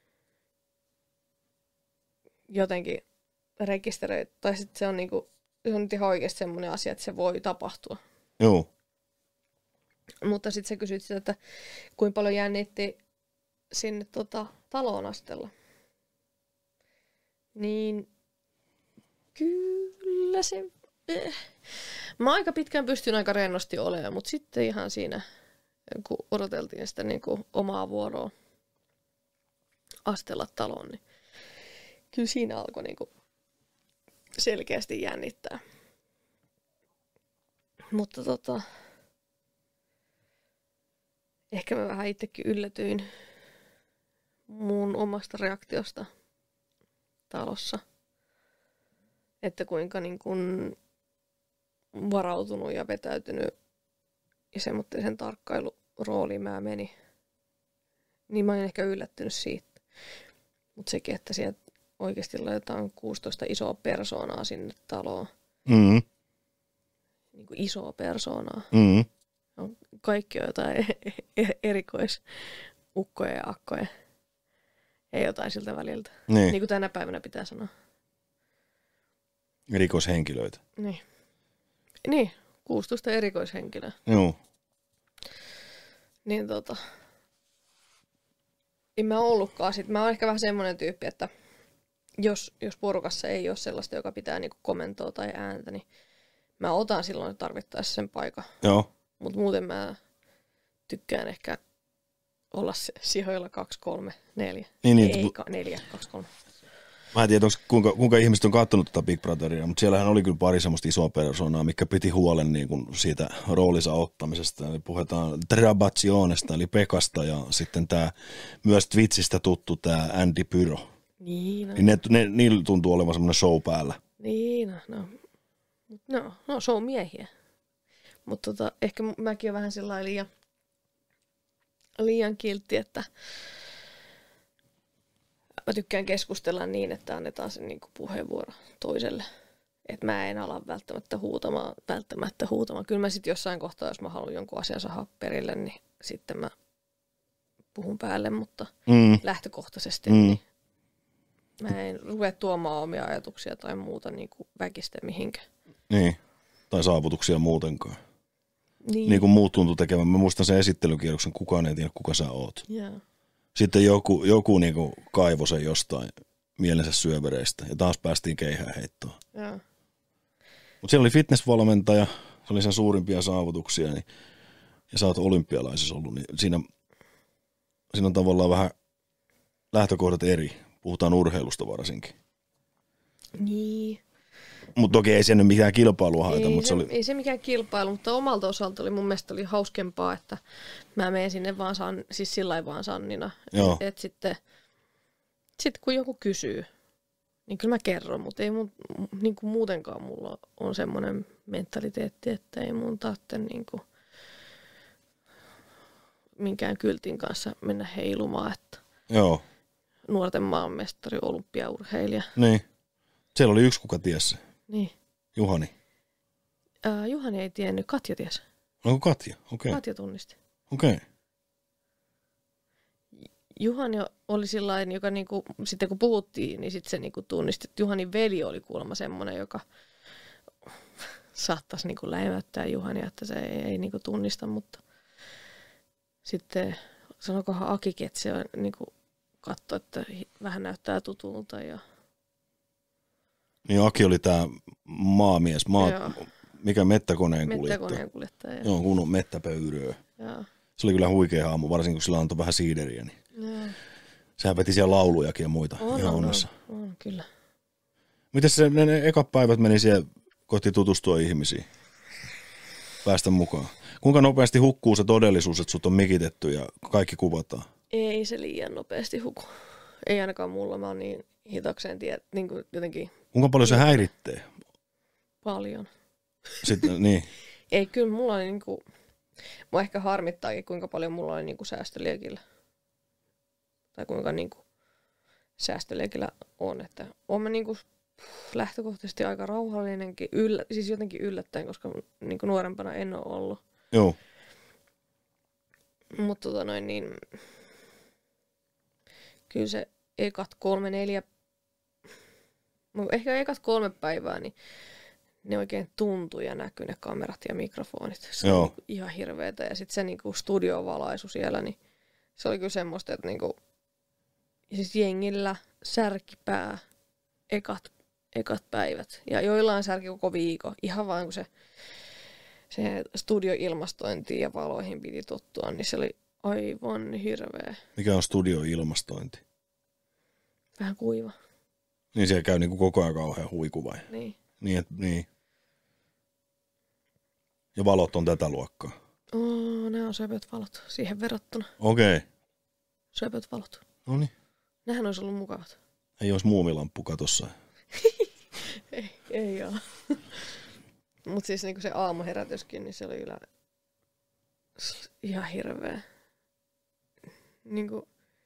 jotenkin rekisteröity, tai sitten se on niinku, se on nyt ihan oikeasti semmoinen asia, että se voi tapahtua. Joo. Mutta sitten sä kysyit sitä, että kuinka paljon jännitti sinne taloon astella. Niin kyllä se... Mä aika pitkään pystyn aika rennosti olemaan, mutta sitten ihan siinä, kun odoteltiin sitä niin kuin omaa vuoroa astella taloon, niin kyllä siinä alkoi niin kuin selkeästi jännittää. Mutta ehkä mä vähän itsekin yllätyin mun omasta reaktiosta talossa. Että kuinka niin kuin varautunut ja vetäytynyt ja sen tarkkailurooliin mä menin. Niin mä olin ehkä yllättynyt siitä. Mutta sekin, että sieltä oikeasti laitetaan 16 isoa persoonaa sinne taloon. Mm. Niin kuin isoa persoonaa. Mm. Kaikki on jotain erikoisukkoja ja akkoja. Ei jotain siltä väliltä. Niin kuin tänä päivänä pitää sanoa. Erikoishenkilöitä. Niin, 16 erikoishenkilöä. Joo. Niin en mä ollutkaan. Sitten mä oon ehkä vähän semmoinen tyyppi, että jos porukassa ei ole sellaista, joka pitää niinku komentoa tai ääntä, niin Mä otan silloin tarvittaessa sen paikan. Joo. Mutta muuten mä tykkään ehkä olla sijoilla 2, 3, 4. Niin, ei 4, 2, 3. Mä en tiedä, kuinka ihmiset on katsonut tätä Big Brotheria, mutta siellähän oli kyllä pari semmoista isoa persoonaa, mikä piti huolen niin kuin siitä roolinsa ottamisesta. Eli puhutaan Trabazzionesta, eli Pekasta, ja sitten tämä myös Twitchistä tuttu tämä Andy Pyro. Niin, Niillä tuntuu olevan semmoinen show päällä. Niin, no show-miehiä. Mutta ehkä mäkin olen vähän sellainen liian kiltti, että mä tykkään keskustella niin, että annetaan sen niinku puheenvuoro toiselle. Että mä en ala välttämättä huutamaan. Kyllä mä sitten jossain kohtaa, jos mä haluan jonkun asian saada perille, niin sitten mä puhun päälle, mutta lähtökohtaisesti niin mä en ruvea tuomaan omia ajatuksia tai muuta niinku väkistä mihinkään. Niin, tai saavutuksia muutenkaan. Niin kuin muut tuntuu tekemään. Mä muistan sen esittelykierroksen, kukaan ei tiedä, kuka sä oot. Yeah. Sitten joku niin kuin kaivoi sen jostain mielensä syövereistä ja taas päästiin keihään heittoon. Yeah. Mutta siellä oli fitnessvalmentaja, se oli sen suurimpia saavutuksia, niin, ja sä oot olympialaisissa ollut, niin siinä on tavallaan vähän lähtökohdat eri. Puhutaan urheilusta varsinkin. Niin. Mutta toki ei se nyt mikään kilpailua haeta. Ei se mikään kilpailu, mutta omalta osalta oli mun mielestä oli hauskempaa, että mä menen sinne vaan siis sillä vaan Sannina. Että sitten kun joku kysyy, niin kyllä mä kerron, mutta ei mun, niin kuin muutenkaan mulla on semmoinen mentaliteetti, että ei mun tarvitse niin kuin minkään kyltin kanssa mennä heilumaan, että Joo. Nuorten maailmanmestari, olympiaurheilija. Niin. Siellä oli yksi, kuka tiesi. Niin. Juhani. Juhani ei tiennyt, Katja tiesi. Onko Katja? Okay. Katja tunnisti. Okei. Okay. Juhani oli sellainen, joka niinku, sitten kun puhuttiin, niin sitten se niinku tunnisti, että Juhanin veli oli kuulemma semmoinen, joka saattaisi niinku läimäyttää Juhania, että se ei niinku tunnista, mutta sitten sanokohan Akikin, että se on niinku katso, että vähän näyttää tutulta. Ja niin Aki oli tämä maamies, mikä mettäkoneen kuljettaja. Joo, kun on mettäpöyröä. Joo. Se oli kyllä huikea aamu, varsinkin kun sillä antoi vähän siideriä. Niin. Sehän veti siellä laulujakin ja muita ihan onnessa. On, kyllä. Miten ne ekat päivät meni siellä kohti tutustua ihmisiin? Päästä mukaan. Kuinka nopeasti hukkuu se todellisuus, että sut on mikitetty ja kaikki kuvataan? Ei se liian nopeasti huku. Ei ainakaan mulla, mä oon niin hitakseen niin kuin jotenkin. Kuinka paljon se häiritsee? Paljon. Sitten, niin. Ei, kyllä mulla on niinku, mua ehkä harmittaakin, kuinka paljon mulla oli niinku säästöliekillä. Tai kuinka niinku säästöliekillä on, että oon mä niinku lähtökohtaisesti aika rauhallinenkin, siis jotenkin yllättäen, koska niinku nuorempana en ole ollut. Joo. Mutta niin kyllä se ekat 3 päivää, niin ne oikein tuntui ja näkyi ne kamerat ja mikrofonit. Se oli niinku ihan hirveetä. Ja sitten se niinku studiovalaisu siellä, niin se oli kyllä semmoista, että niinku, siis jengillä särkipää ekat päivät. Ja joillain särki koko viikon. Ihan vaan kun se studioilmastointiin ja valoihin piti tottua, niin se oli aivan hirveä. Mikä on studioilmastointi? Vähän kuiva. Niin siellä käy niinku koko ajan kauhean huiku vai? Niin. Niin. Ja valot on tätä luokkaa? Nämä on söpöt valot siihen verrattuna. Okei. Okay. Söpöt valot. Noniin. Nehän olisi ollut mukavat. Ei olisi muumilamppu katossa. ei ole. Mutta siis niinku se aamuherätyskin, niin se oli ihan hirveä. Niinku,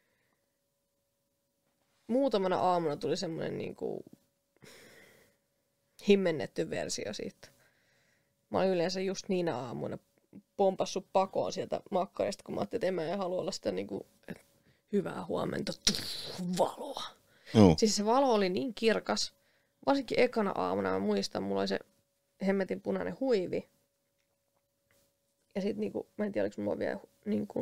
muutamana aamuna tuli semmoinen niinku himmennetty versio siitä. Mä olin yleensä just niinä aamuina pompassut pakoon sieltä makkarista, kun mä ajattelin, että en mä halua olla sitä niinku, hyvää huomenta, valoa. Siis se valo oli niin kirkas, varsinkin ekana aamuna mä muistan, mulla oli se hemmetin punainen huivi. Ja sit niinku, mä en tiedä, oliko mulla vielä niinku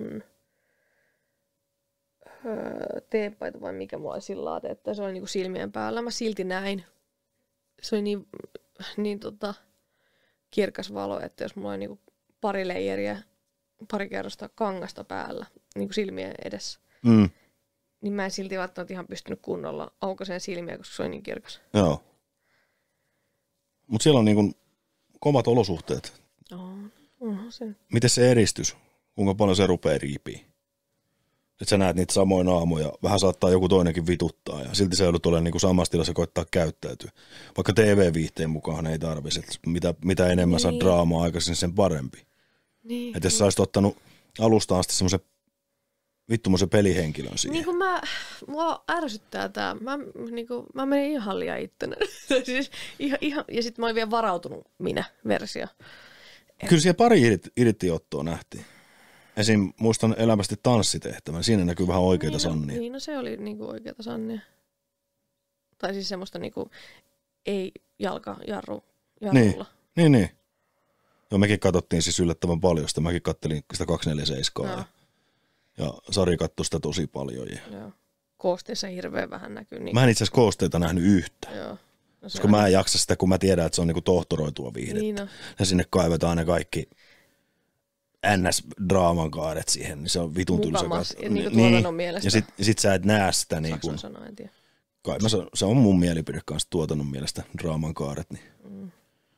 teepaita vai mikä mulla oli sillä lailla, että se oli niinku silmien päällä. Mä silti näin. Se oli niin kirkas valo, että jos mulla on niinku pari leijeriä, pari kerrosta kangasta päällä, niinku silmien edessä, niin mä en silti välttämättä ihan pystynyt kunnolla aukaiseen silmiä, koska se oli niin kirkas. Joo. Mutta siellä on niinku kovat olosuhteet. Onhan se. Miten se eristys? Kuinka paljon se rupeaa riipiä? Että sä näet niitä samoin aamuja, vähän saattaa joku toinenkin vituttaa ja silti sä joudut olemaan niinku samassa tilassa koittaa käyttäytyä. Vaikka TV-viihteen mukaan ei tarvitsisi, että mitä enemmän saa draamaa aikaisin, sen parempi. Niin. Että jos sä olisit ottanut alusta asti semmoisen vittumoisen pelihenkilön siihen. Niin kuin mua ärsyttää tää. Mä menin ihan liian ittenä. Siis ihan, ja sit mä olin vielä varautunut versio. Kyllä siellä pari irtiottoa nähtiin. Esim. Muistan elämästi tanssitehtävän. Siinä näkyy vähän oikeita sannia. Niin, no se oli niinku oikeita sannia. Tai siis semmoista niinku ei jarrulla. Niin. Joo, mekin katsottiin siis yllättävän paljon sitä. Mäkin kattelin sitä 247 ja Sari katsoi sitä tosi paljon. Joo. Koosteessa hirveän vähän näkyy. Niin. Mä en itse asiassa koosteita nähnyt yhtään. Joo. No koska mä en jaksa sitä, kun mä tiedän, että se on niinku tohtoroitua viihdettä. Niin no. Ja sinne kaivetaan ne kaikki NS-draaman kaaret siihen, niin se on vitun tylsä katsoa. Niin tuotannon mielestä. Ja sit sä et näe sitä. Niin sana, en tiedä. Se on mun mielipide kanssa tuotannon mielestä, draaman kaaret. Niin.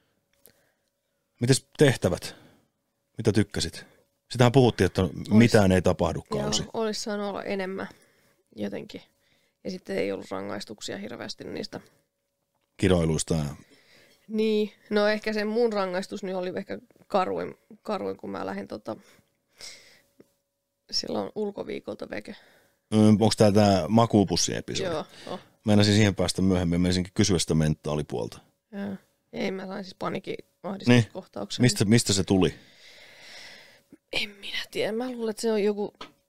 Mites tehtävät? Mitä tykkäsit? Sitähän puhuttiin, että mitään ei tapahdu kausi. Joo, olisi saanut olla enemmän jotenkin. Ja sitten ei ollut rangaistuksia hirveästi niistä kiroiluista. Niin, no ehkä se mun rangaistus niin oli ehkä karuin kun mä lähdin silloin ulkoviikolta veke. Onko tää makuupussi-episodi? Joo. Oh. Meinasin siihen päästä myöhemmin, menisinkin kysyä sitä mentaalipuolta. Joo. Ei, mä sain siis paniikiahdistuskohtauksen. Niin. Mistä se tuli? En minä tiedä. Mä luulen, että se on joku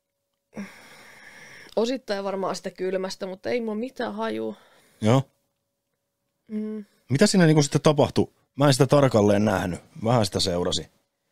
osittain varmaan sitä kylmästä, mutta ei mulla mitään hajua. Joo. Mitä siinä niinku sitten tapahtui? Mä en sitä tarkalleen nähnyt. Vähän sitä seurasi.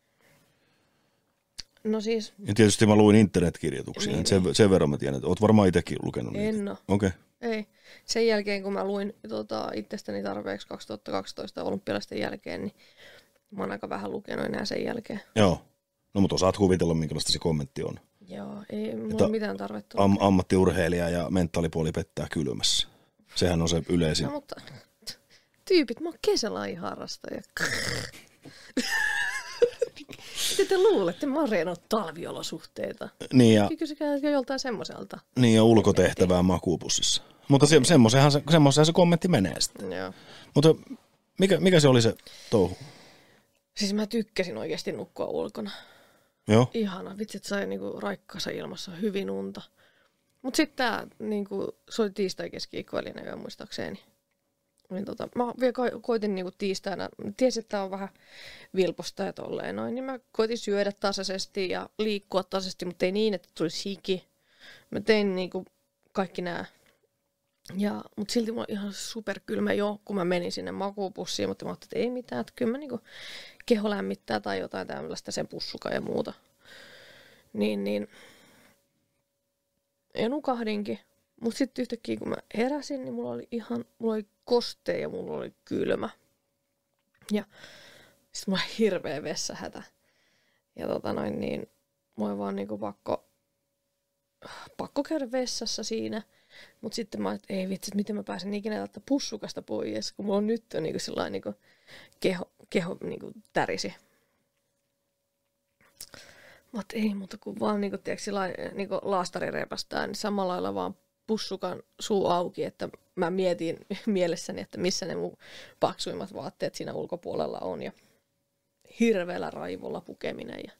No siis. Ja tietysti mä luin internetkirjoituksia. Niin. Sen verran mä tiedän, että oot varmaan itsekin lukenut niitä. En ole. Okei. Ei. Sen jälkeen, kun mä luin itsestäni tarpeeksi 2012 olympialaisten jälkeen, niin mä oon aika vähän lukenut enää sen jälkeen. Joo. No mutta osaat kuvitella, minkälaista se kommentti on. Joo, ei mulla ole mitään tarvetta. Ammattiurheilija ja mentaalipuoli pettää kylmässä. Sehän on se yleisin. No mutta tyypit, mä oon kesälajiharrastaja. Mitä te luulette? Mä oon reenannut talviolosuhteita. Niin ja kysykää joltain semmoiselta. Niin ja ulkotehtävää makuupussissa. Mutta semmoisenhan se kommentti menee sitten. Joo. Mutta mikä se oli se touhu? Siis mä tykkäsin oikeasti nukkua ulkona. Joo. Ihana. Vitsi, että sai niinku raikkaassa ilmassa hyvin unta. Mutta sitten tää niinku, se oli tiistai-keskiviikkoilinen yö muistaakseni. Niin mä vielä koitin niinku tiistaina, tiesin, että tää on vähän vilposta ja tolleen noin, niin mä koitin syödä tasaisesti ja liikkua tasaisesti, mutta ei niin, että tulisi hiki. Mä tein niinku kaikki nää. Mutta silti mulla oli ihan superkylmä jo, kun mä menin sinne makuupussiin, mutta mä ajattelin, että ei mitään, että kyllä mä niinku keho lämmittää tai jotain tämmöistä, sen pussuka ja muuta. Niin. Ja nukahdinkin. Mutta sitten yhtäkkiä kun mä heräsin, niin mulla oli kostea ja mulla oli kylmä. Ja sitten mulla oli hirveä vessahätä. Ja niin mulla oli vaan niinku pakko käydä vessassa siinä. Mutta sitten mä ajattelin, että ei vitsi, miten mä pääsen ikinä tältä pussukasta pois, kun mulla on nyt on niinku sellainen niinku keho niinku tärisi. Mä ajattelin, ei muuta kuin vaan niinku, tiedätkö, niinku laastari repästään, niin samalla lailla vaan pussukan suu auki, että mä mietin mielessäni, että missä ne mun paksuimmat vaatteet siinä ulkopuolella on ja hirveällä raivolla pukeminen ja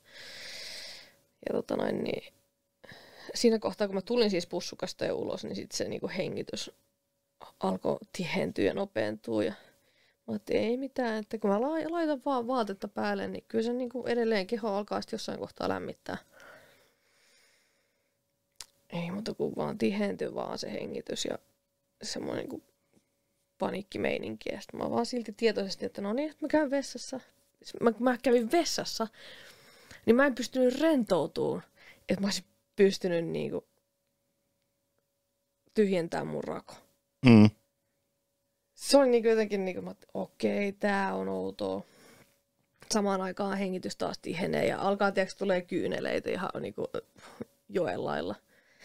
niin siinä kohtaa, kun mä tulin siis pussukasta jo ulos, niin sitten se niinku hengitys alkoi tihentyä ja nopeentua. Ja mä ajattelin, ei mitään, että kun mä laitan vaan vaatetta päälle, niin kyllä se niinku edelleen keho alkaa sitten jossain kohtaa lämmittää. Ei muuta kuin vaan tihentyi vaan se hengitys ja semmoinen niinku paniikkimeininki. Ja sitten mä vaan silti tietoisesti, että no niin, että mä käyn vessassa. Mä kävin vessassa, niin mä en pystynyt rentoutumaan, että mä olisin pystynyt niinku tyhjentämään mun rako. Se oli niinku jotenkin, niinku, että okei, tää on outoa. samaan aikaan hengitys taas tihenee ja alkaa tulee kyyneleitä ihan niin kuin joen lailla.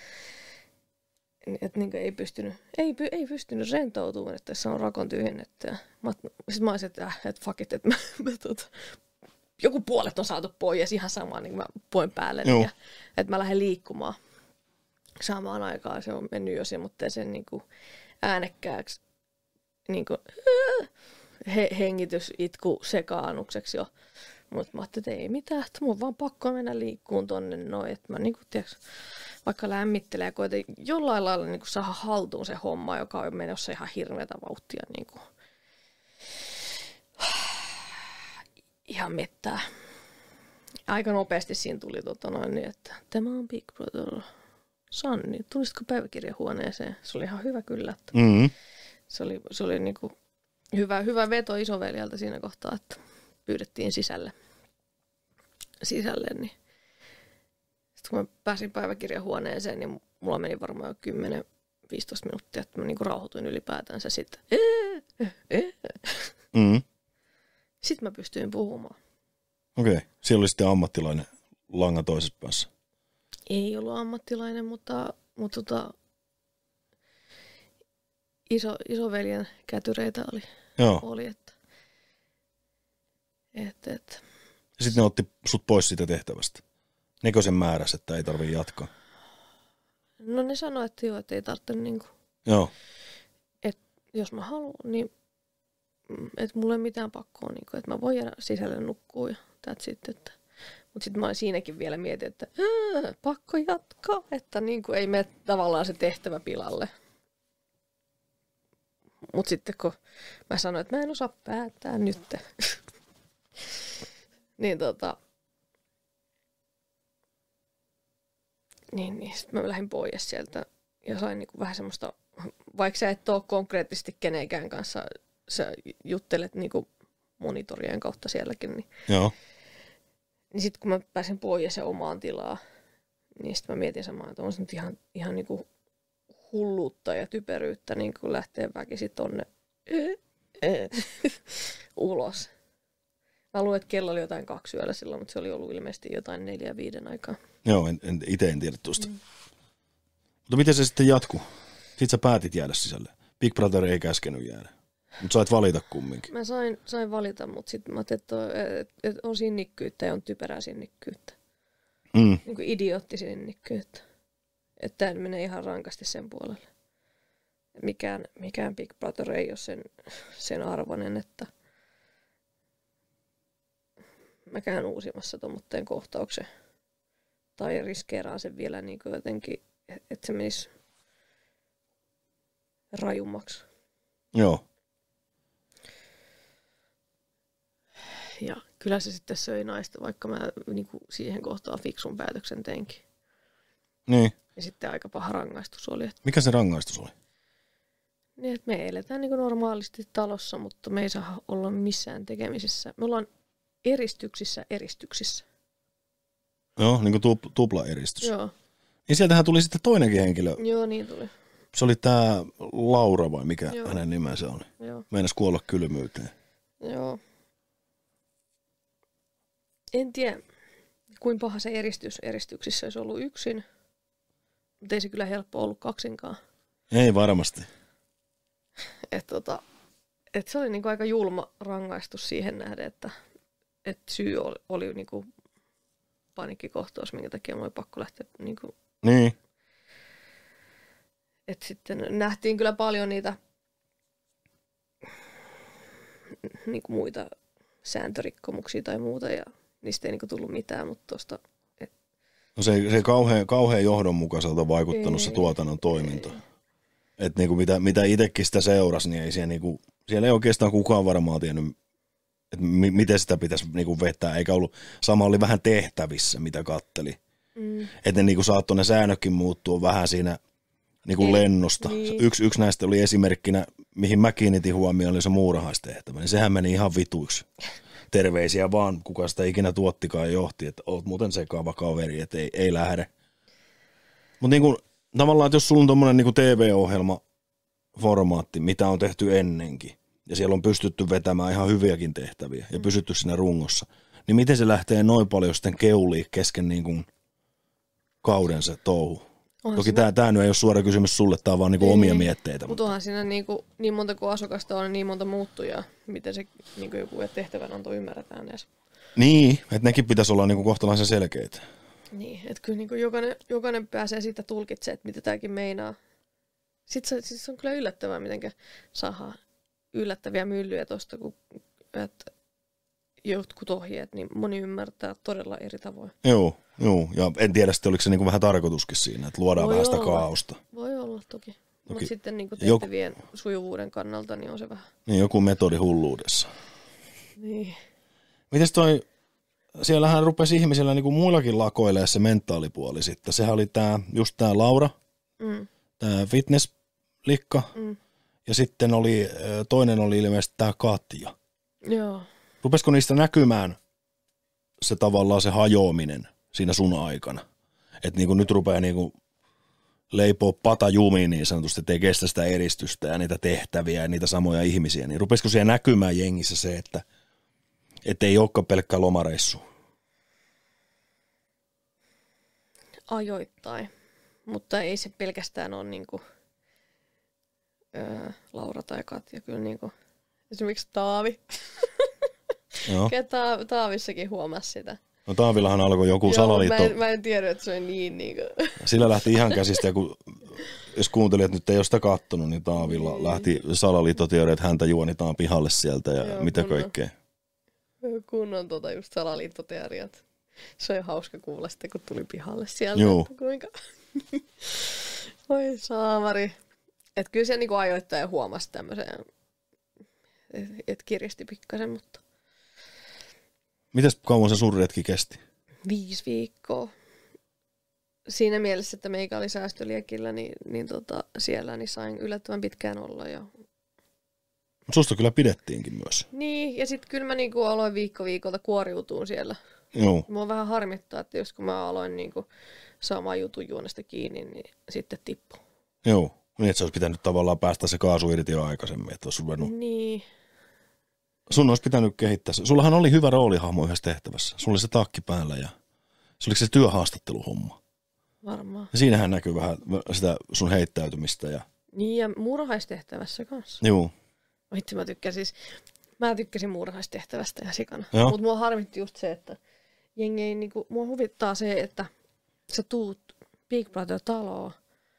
Että niin ei pystynyt rentoutumaan, että se on rakon tyhjennetty. Sitten mä olisin, että fuck it, että joku puolet on saatu pois ihan samaan, niin mä poin päälle. Ja, että mä lähden liikkumaan samaan aikaan. Se on mennyt jo se, mutta sen niin kuin äänekkääksi niin kuin, hengitys, itku sekaannukseksi jo. Mutta mä ajattelin, että ei mitään, että mun on vaan pakko mennä liikkuun tonne noin. Että mä niin kuin, tiiäks, vaikka lämmittelee ja koitan jollain lailla niin kuin saada haltuun se homma, joka on menossa ihan hirveätä vauhtia. Niin kuin. Ihan mettää. Aika nopeasti siinä tuli niin, että tämä on Big Brother. Sanni, tulisitko päiväkirjahuoneeseen? Se oli ihan hyvä kyllä. Mm-hmm. Se oli niin kuin hyvä veto isoveljeltä siinä kohtaa, että pyydettiin sisälle. Niin. Sitten kun mä pääsin päiväkirjahuoneeseen, niin mulla meni varmaan 10-15 minuuttia, että mä niin kuin rauhoituin ylipäätänsä sitten. Mm-hmm. Sitten mä pystyin puhumaan. Okei. Siellä oli sitten ammattilainen langan toisessa päässä. Ei ollut ammattilainen, mutta isoveljen kätyreitä oli. Joo. Oli että. Ja sitten ne otti sut pois siitä tehtävästä. Nekö sen määräsi, että ei tarvitse jatkaa? No ne sanoi, että joo, että ei tarvitse niinku. Joo. Että jos mä haluan, niin että mulla ei mitään pakkoa, niinku, että mä voin jäädä sisälle nukkua ja that's it, että. Mutta sitten mä olin siinäkin vielä mietin, että pakko jatkaa, että niinku ei mene tavallaan se tehtävä pilalle. Mutta sitten kun mä sanoin, että mä en osaa päättää nyt, niin sitten mä lähdin pois sieltä ja sain niinku vähän semmoista, vaikka sä et ole konkreettisesti kenenkään kanssa, sä juttelet niinku monitorien kautta sielläkin, niin, joo. Niin sitten kun mä pääsin pois ja omaan tilaan, niin sitten mä mietin samaan, että on se nyt ihan niinku hulluutta ja typeryyttä niin kuin lähtee väkisin tonne ulos. Mä luulen, että kello oli jotain 2 yöllä silloin, mutta se oli ollut ilmeisesti jotain 4-5 aikaa. Joo, itse en tiedä tuosta. Mutta miten se sitten jatkuu? Sitten sä päätit jäädä sisälle. Big Brother ei käskenyt jäädä. Mutta sait valita kumminkin. Mä sain valita, mutta sitten mä ajattelin, että on sinnikkyyttä ja on typerää sinnikkyyttä. Niin kuin idioottisinnikkyyttä. Että tämä menee ihan rankasti sen puolelle. Mikään Big Brother ei ole sen arvoinen, että mä käyn uusimassa tuommoitteen kohtauksen. Tai riskeeraan sen vielä niin kuin jotenkin, että se menisi rajummaksi. Joo. Ja kyllä se sitten söi naista, vaikka mä niin kuin siihen kohtaan fiksun päätöksen teinkin. Niin. Ja sitten aika paha rangaistus oli. Että mikä se rangaistus oli? Niin, että me eletään niin kuin normaalisti talossa, mutta me ei saa olla missään tekemisissä. Me ollaan eristyksissä. Joo, niin kuin tuplaeristys. Joo. Niin sieltähän tuli sitten toinenkin henkilö. Joo, niin tuli. Se oli tää Laura vai mikä hänen nimensä oli? Joo. Meinas kuolla kylmyyteen. Joo. En tiedä, kuinka paha se eristyksissä olisi ollut yksin. Mutta ei se kyllä helppo ollut kaksinkaan. Ei varmasti. Että se oli niinku aika julma rangaistus siihen nähden, että syy oli niinku paniikkikohtaus, minkä takia mulla oli pakko lähteä niinku. Niin. Että sitten nähtiin kyllä paljon niitä niinku muita sääntörikkomuksia tai muuta ja niistä ei niinku tullut mitään, mutta tuosta. No se kauhean johdonmukaiselta vaikuttanut se tuotannon toiminta. Että niinku mitä itsekin sitä seurasi, niin ei siellä ei oikeastaan kukaan varmaan tiennyt, että miten sitä pitäisi niinku vetää. Eikä ollut, sama oli vähän tehtävissä, mitä katteli. Että ne niinku saattoi ne säännötkin muuttua vähän siinä niinku lennosta. Niin. Yksi näistä oli esimerkkinä, mihin mä kiinnitin huomioon, oli se muurahaistehtävä. Niin sehän meni ihan vituiksi. Terveisiä vaan, kuka sitä ikinä tuottikaan ja johti, että oot muuten sekaava kaveri, että ei lähde. Mutta niinku, tavallaan, että jos sulla on tommonen niinku TV-ohjelma, formaatti, mitä on tehty ennenkin, ja siellä on pystytty vetämään ihan hyviäkin tehtäviä ja pysytty siinä rungossa, niin miten se lähtee noin paljon sitten keuliin kesken niin kuin kauden se touhu? Toki tämä nyt ei ole suora kysymys sulle, tämä on vaan niin kuin omia mietteitä. Mutta onhan siinä niin monta kuin asukasta on, niin monta muuttujaa, miten se niin kuin joku tehtävänanto ymmärretään edes. Niin, että nekin pitäisi olla niin kuin kohtalaisen selkeitä. Niin, että kyllä niin kuin jokainen pääsee siitä tulkitsemaan, että mitä tämäkin meinaa. Sitten se on kyllä yllättävää, miten saadaan yllättäviä myllyjä tuosta, että jotkut ohjeet, niin moni ymmärtää todella eri tavoin. Joo, ja en tiedä sitten, oliko se niin kuin vähän tarkoituskin siinä, että luodaan vähän sitä kaaosta. Voi olla toki. Mutta sitten niin kuin tehtävien sujuvuuden kannalta niin on se vähän. Niin, joku metodi hulluudessa. Niin. Mites siellähän rupesi ihmisillä niin kuin muillakin lakoilemaan se mentaalipuoli sitten. Sehän oli just tämä Laura, tämä fitness-likka, ja sitten toinen oli ilmeisesti tämä Katja. Joo. Rupesiko niistä näkymään se tavallaan se hajoaminen siinä sun aikana? Että niin nyt rupeaa niin leipoo pata jumiin niin sanotusti, että ei kestä sitä eristystä ja niitä tehtäviä ja niitä samoja ihmisiä. Niin rupesiko siellä näkymään jengissä se, että ei olekaan pelkkä lomareissu? Ajoittain, mutta ei se pelkästään ole niinku, Laura tai Katja. Kyllä niinku, esimerkiksi Taavi. Joo. Taavissakin huomasi sitä. No Taavillahan alkoi joku salaliitto. Mä en tiedä, että se on niin kuin. Sillä lähti ihan käsistä, ja jos kuuntelijat nyt ei ole sitä kattonut, niin Taavilla lähti salaliittoteoria, että häntä juonitaan pihalle sieltä ja joo, mitä kaikkea. Kunnon just salaliittoteoriat. Se on hauska kuulla sitten, kun tuli pihalle sieltä. Joo. Että kuinka. Oi saamari. Että kyllä se niinku ajoittain huomasi tämmöisen, että kiristi pikkasen, mutta. Mites kauan se sun retki kesti? 5 viikkoa. Siinä mielessä, että meikä oli säästöliekillä, niin siellä niin sain yllättävän pitkään olla. Ja. Susta kyllä pidettiinkin myös. Niin, ja sitten kyllä mä niinku aloin viikolta kuoriutuun siellä. Joo. Mua vähän harmittaa, että jos kun mä aloin niinku saamaan jutun juonesta kiinni, niin sitten tippui. Joo, niin että se olisi pitänyt tavallaan päästä se kaasu irti jo aikaisemmin, että olisi ruvennut. Niin. Sun olisi pitänyt kehittää. Sullahan oli hyvä roolihahmo yhdessä tehtävässä. Sulla oli se takki päällä ja se oli se työhaastatteluhomma. Varmaan. Ja siinähän näkyy vähän sitä sun heittäytymistä. Ja. Niin ja muurahaistehtävässä kanssa. Joo. Itse mä tykkäsin muurahaistehtävästä ja sikana. Mutta mua harmitti just se, että jengi ei niinku, mua huvittaa se, että sä tuut Big Brother-taloon,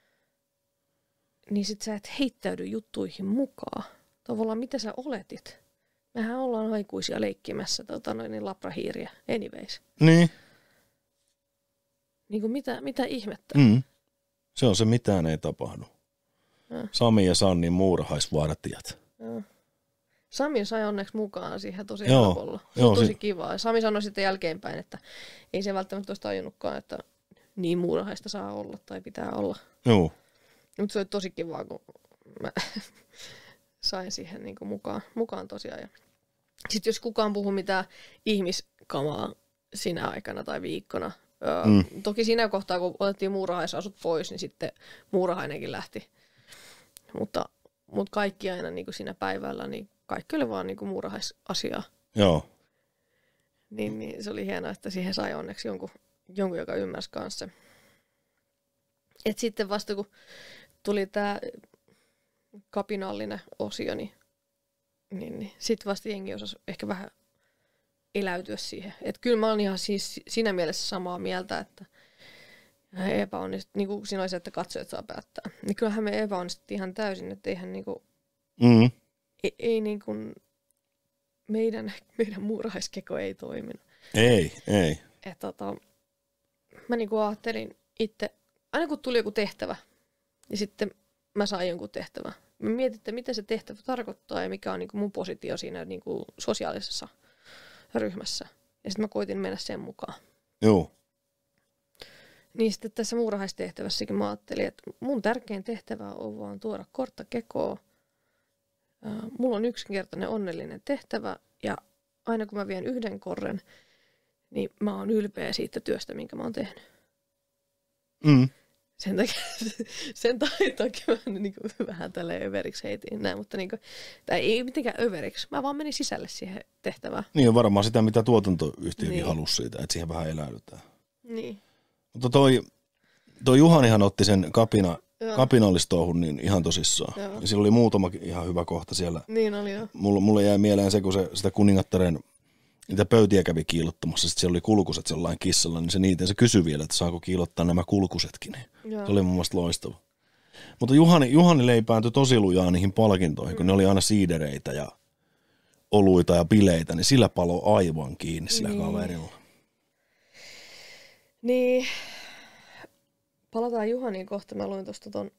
niin sit sä et heittäydy juttuihin mukaan. Tavallaan mitä sä oletit? Mehän ollaan aikuisia leikkimässä labrahiiriä anyways. Niin. Niinku mitä ihmettä? Se on se, mitään ei tapahdu. Sami ja Sannin muurahaisvartijat. Sami sai onneksi mukaan siihen tosi helpolla. Se on tosi kivaa. Sami sanoi sitten jälkeenpäin, että ei se välttämättä olisi tajunnutkaan, että niin muurahaista saa olla tai pitää olla. Joo. Mutta se oli tosi kivaa, kun mä sain siihen niinku mukaan tosiaan. Sitten jos kukaan puhuu mitään ihmiskamaa sinä aikana tai viikkona, toki siinä kohtaa, kun otettiin muurahaisasut pois, niin sitten muurahainenkin lähti. Mutta kaikki aina niin kuin siinä päivällä, niin kaikki oli vaan niin kuin muurahaisasiaa. Joo. Niin se oli hienoa, että siihen sai onneksi jonkun joka ymmärsi kanssa. Et sitten vasta kun tuli tämä kapinallinen osio, niin sitten vasta jengi osasi ehkä vähän eläytyä siihen. Että kyllä mä olen ihan siis siinä mielessä samaa mieltä, että epäonnistut, niin kuin siinä oli se, että katsojat saa päättää. Niin kyllähän me epäonnistuttiin ihan täysin, että eihän niinku, ei niinku, meidän muurahaiskeko ei toiminut. Ei. Että mä niinku ajattelin itse, aina kun tuli joku tehtävä, niin sitten mä sain jonkun tehtävän. Mä mietin, että mitä se tehtävä tarkoittaa ja mikä on niinku mun positio siinä niinku sosiaalisessa ryhmässä. Ja sitten mä koitin mennä sen mukaan. Joo. Niin sitten tässä muurahaistehtävässäkin mä ajattelin, että mun tärkein tehtävä on vaan tuoda kortta kekoon. Mulla on yksinkertainen onnellinen tehtävä ja aina kun mä vien yhden korren, niin mä oon ylpeä siitä työstä, minkä mä oon tehnyt. sen takia mä niin kuin, vähän tälleen överiksi heitin näin, mutta niin kuin, tai ei mitenkään överiksi. Mä vaan menin sisälle siihen tehtävään. Niin on varmaan sitä, mitä tuotantoyhtiökin halusi siitä, että siihen vähän eläydytään. Niin. Mutta toi Juhanihan otti sen kapinallistouhun niin ihan tosissaan. Ja sillä oli muutama ihan hyvä kohta siellä. Niin oli jo. Mulle jäi mieleen se, kun sitä kuningattaren niitä pöytiä kävi kiillottamassa. Sitten siellä oli kulkuset sellainen kissalla, niin se kysyi vielä, että saako kiillottaa nämä kulkusetkin. Joo. Se oli mun mielestä loistava. Mutta Juhani leipääntyi tosi lujaa niihin palkintoihin, kun ne oli aina siidereitä ja oluita ja bileitä, niin sillä palo aivan kiinni sillä kaverilla. Niin. Palataan Juhaniin kohta. Mä luin tuosta ton,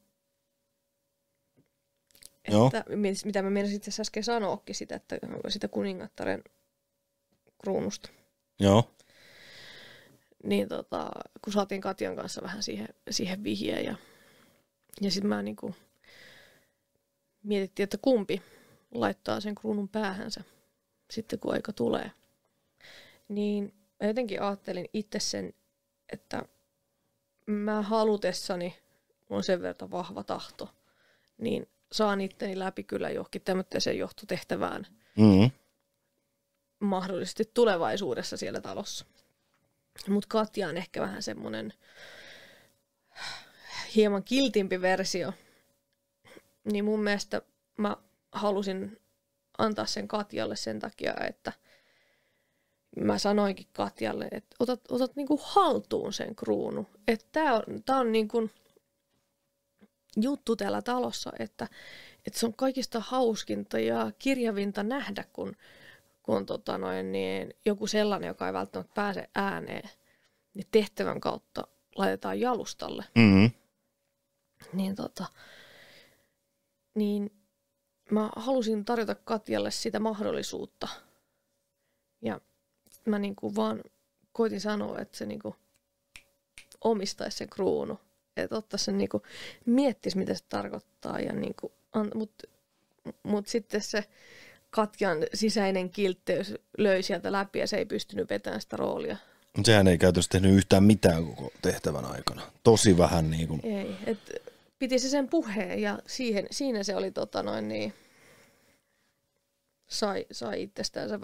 että mitä mä meinasin itse asiassa äsken sanoakin sitä, että sitä kuningattaren kruunusta. Joo. Niin kun saatiin Katjan kanssa vähän siihen vihjeen ja sitten mä niinku mietittiin, että kumpi laittaa sen kruunun päähänsä sitten kun aika tulee. Niin mä jotenkin ajattelin itse sen, että mä halutessani on sen verran vahva tahto, niin saan itteni läpi kyllä johonkin tämmöiseen johtotehtävään mahdollisesti tulevaisuudessa siellä talossa. Mutta Katja on ehkä vähän semmoinen hieman kiltimpi versio. Niin mun mielestä mä halusin antaa sen Katjalle sen takia, että mä sanoinkin Katjalle, että otat niinku haltuun sen kruunu. Että tää on niinku juttu täällä talossa, että se on kaikista hauskinta ja kirjavinta nähdä, kun niin joku sellainen, joka ei välttämättä pääse ääneen, niin tehtävän kautta laitetaan jalustalle. Mm-hmm. Niin mä halusin tarjota Katjalle sitä mahdollisuutta. Ja mä niinku vaan koitin sanoa, että se niinku omistaisi sen kruunu. Että ottaisi sen niinku, miettisi mitä se tarkoittaa. Ja niinku, mut sitten se Katjan sisäinen kiltteys löi sieltä läpi ja se ei pystynyt vetämään sitä roolia. Sehän ei käytössä tehnyt yhtään mitään koko tehtävän aikana. Tosi vähän niin kuin. Ei, piti se sen puheen ja siinä se oli sai itsestäänsä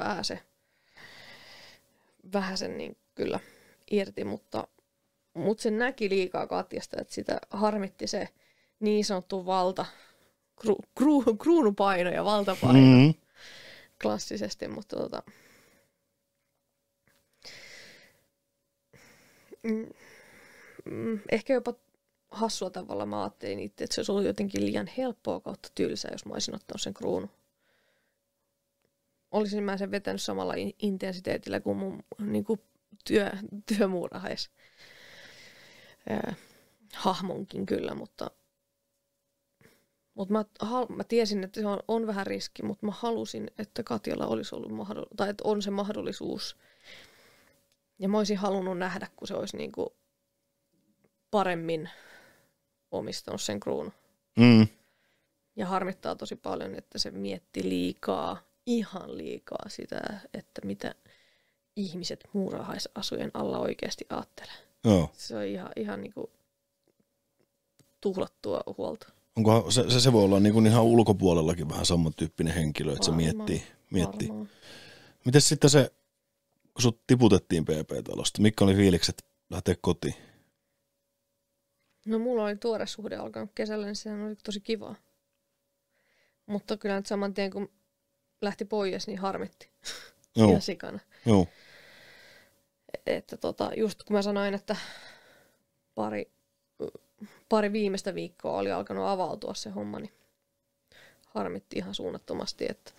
vähäsen niin kyllä irti, mutta se näki liikaa Katjasta, että sitä harmitti se niin sanottu kruunupaino ja valtapaino klassisesti, mutta ehkä jopa hassua tavalla mä ajattelin itse, että se olisi ollut jotenkin liian helppoa kautta tylsää, jos mä olisin ottanut sen kruunun. Olisin mä sen vetänyt samalla intensiteetillä kuin mun niin kuin työmuurahais hahmonkin kyllä, mutta mä tiesin, että se on vähän riski, mutta mä halusin, että Katjalla olisi ollut tai että on se mahdollisuus. Ja mä olisin halunnut nähdä, kun se olisi niin kuin paremmin omistanut sen kruunun. Ja harmittaa tosi paljon, että se mietti ihan liikaa sitä, että mitä ihmiset muurahaisasujen alla oikeasti ajattelee. Joo. Se on ihan niin kuin tuhlattua huolta. Onko se voi olla niin kuin ihan ulkopuolellakin vähän samantyyppinen henkilö, että varmaan, se miettii. Mites sitten se, kun sut tiputettiin PP-talosta, mitkä oli fiilikset lähteä kotiin? No mulla oli tuore suhde alkanut kesällä, niin sehän oli tosi kivaa. Mutta kyllä nyt saman tien kun lähti pois, niin harmitti. Ihan sikana. Joo. Että just kun mä sanoin, että pari viimeistä viikkoa oli alkanut avautua se homma, niin harmitti ihan suunnattomasti, että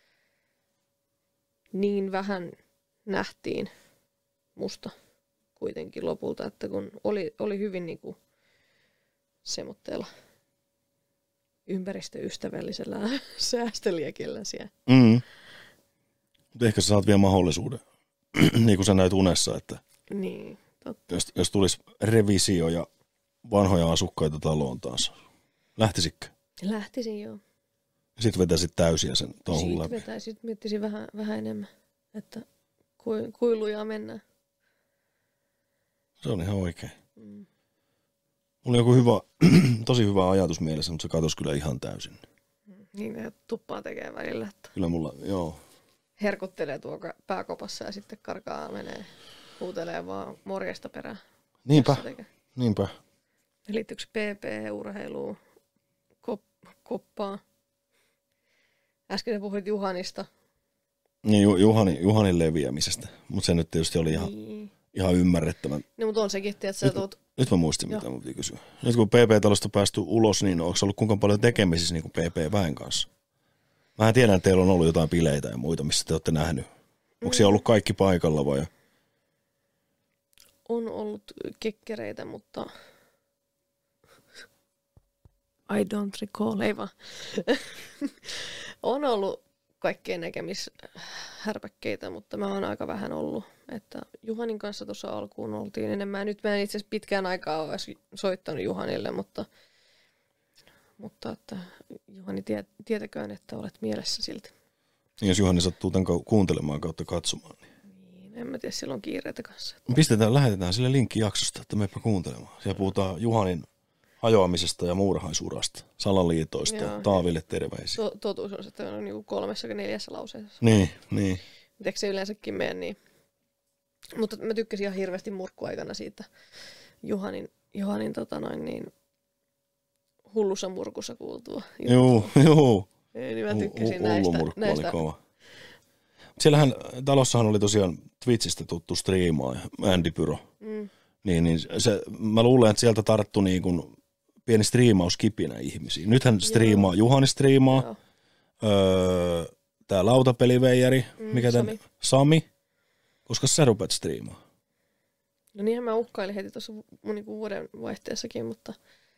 niin vähän nähtiin musta kuitenkin lopulta, että kun oli hyvin niinku semmoitteella ympäristöystävällisellä säästeliäkellä siellä. Mutta ehkä sä saat vielä mahdollisuuden, niin kuin sä näit unessa, että niin, totta. Jos tulisi revisio ja vanhoja asukkaita taloon taas, lähtisikö? Lähtisin, joo. Sitten vetäisit täysiä sen touhun läpi. Sitten miettisin vähän enemmän, että kuilujaa mennään. Se on ihan oikein. oli joku tosi hyvä ajatus mielessä, mutta se katosi kyllä ihan täysin. Niin ne tuppaa tekee välillä, että kyllä mulla, joo. Herkuttelee tuo pääkopassa ja sitten karkaa menee, huutelee vaan morjesta perään. Niinpä. Liittyykö PP-urheiluun, koppaan? Äsken puhuit Juhanista. Niin, Juhanin leviämisestä, mutta se nyt tietysti oli ihan ymmärrettävän. No, mutta on sekin, että sä tuut... Nyt mä muistin, mitä mun piti kysyä. Nyt kun PP-talosta päästy ulos, niin onko ollut kuinka paljon tekemisissä niin kuin PP-väen kanssa? Mähän tiedän, että teillä on ollut jotain bileitä ja muita, missä te olette nähnyt. Onko siellä ollut kaikki paikalla vai? On ollut kekkereitä, mutta I don't recall, ei vaan. On ollut kaikkea näkemishärpäkkeitä, mutta mä oon aika vähän ollut. Että Juhanin kanssa tuossa alkuun oltiin enemmän. Nyt mä en itse asiassa pitkään aikaa ole soittanut Juhanille, mutta että Juhani tietäköön, että olet mielessä silti. Niin jos Juhani sattuu tämän kuuntelemaan kautta katsomaan. Niin, en mä tiedä, sillä on kiireitä kanssa. Lähetetään sille linkki jaksosta, että meipä kuuntelemaan. Siellä puhutaan Juhanin hajoamisesta ja muurahaisurasta, salaliitoista, ja Taaville terveisiä. Totuus on, että on niin 3-4 lauseessa. Niin. Eikö se yleensäkin mene niin? Mutta mä tykkäsin ihan hirveästi murkkuaikana siitä Juhanin hullussa murkussa kuultua. Joo. Niin mä tykkäsin näistä. Oli kova. Siellähän talossahan oli tosiaan Twitchistä tuttu striimaa, Andy Pyro. Niin mä luulen, että sieltä tarttu niin kuin pieni striimauskipinä ihmisiin. Nythän striimaa, Juhani striimaa, tää lautapeliveijari, mikä Sami, koska sä rupet striimaa. No niinhän mä uhkailin heti tuossa niinku vuoden vaihteessakin, mutta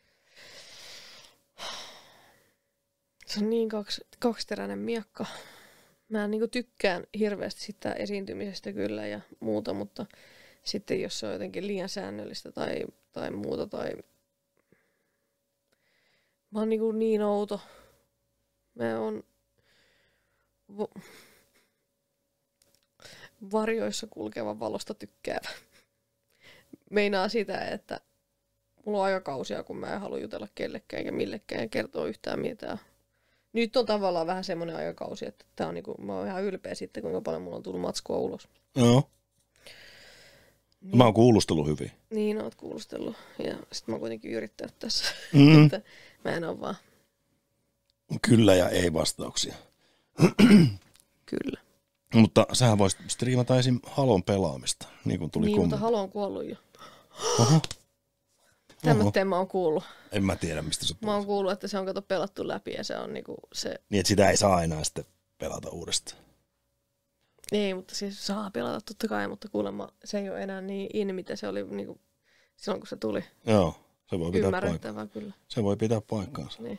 se on niin kaksiteräinen miekka. Mä niinku tykkään hirveästi sitä esiintymisestä kyllä ja muuta, mutta sitten jos se on jotenkin liian säännöllistä tai muuta tai mä oon niin outo. Mä oon varjoissa kulkeva valosta tykkäävä. Meinaa sitä, että mulla on aikakausia, kun mä en halua jutella kellekään eikä millekään ja kertoa yhtään mitään. Nyt on tavallaan vähän semmoinen aikakausi, että tää on mä oon ihan ylpeä sitten, kuinka paljon mulla on tullut matskua ulos. Joo. Niin. Mä oon kuulustellut hyvin. Niin, oot kuulustellut. Ja sit mä oon kuitenkin yrittänyt tässä. Että mä en oo vaan... Kyllä ja ei vastauksia. Kyllä. Mutta sähän voisit striimata esim. Halon pelaamista, niin kuin tuli mutta Halo on kuollut jo. Tämmötteen mä oon kuullut. En mä tiedä, mistä se puhut. Mä oon kuullut, että se on pelattu läpi ja se on niinku se... Niin, että sitä ei saa enää sitten pelata uudestaan. Ei, mutta siis saa pelata totta kai, mutta kuulemma se ei ole enää niin in, mitä se oli niinku silloin, kun se tuli. Joo, se voi pitää ymmärrettävää kyllä. Se voi pitää paikkaansa. Niin.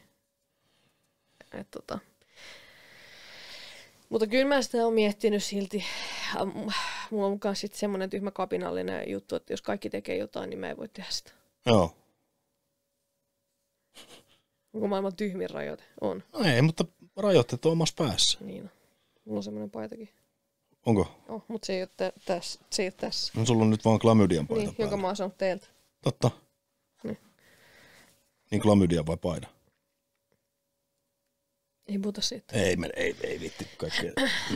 Mutta kyllä mä sitä oon miettinyt silti. Mulla on myös sitten semmoinen tyhmä kapinallinen juttu, että jos kaikki tekee jotain, niin mä en voi tehdä sitä. Joo. Onko maailman tyhmin rajoite? On. No ei, mutta rajoitteet on omassa päässä. Niin on. Mulla on semmoinen paitakin. Onko? Mutta se ei ole tässä. No sulla on nyt vaan klamydian paita niin, päällä. Jonka mä oon saanut teiltä. Totta. Niin klamydia vai paida? Ei puhuta siitä. Ei vitti kaikkea.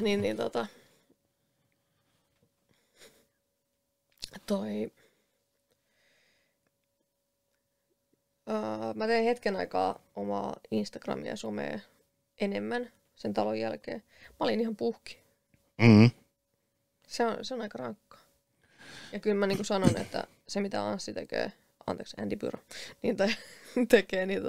Mä tein hetken aikaa omaa Instagramia ja somea enemmän sen talon jälkeen. Mä olin ihan puhki. Se on aika rankkaa. Ja kyllä mä niin kuin sanon, että se mitä Anssi tekee, Andy Pyro, niin tekee, niin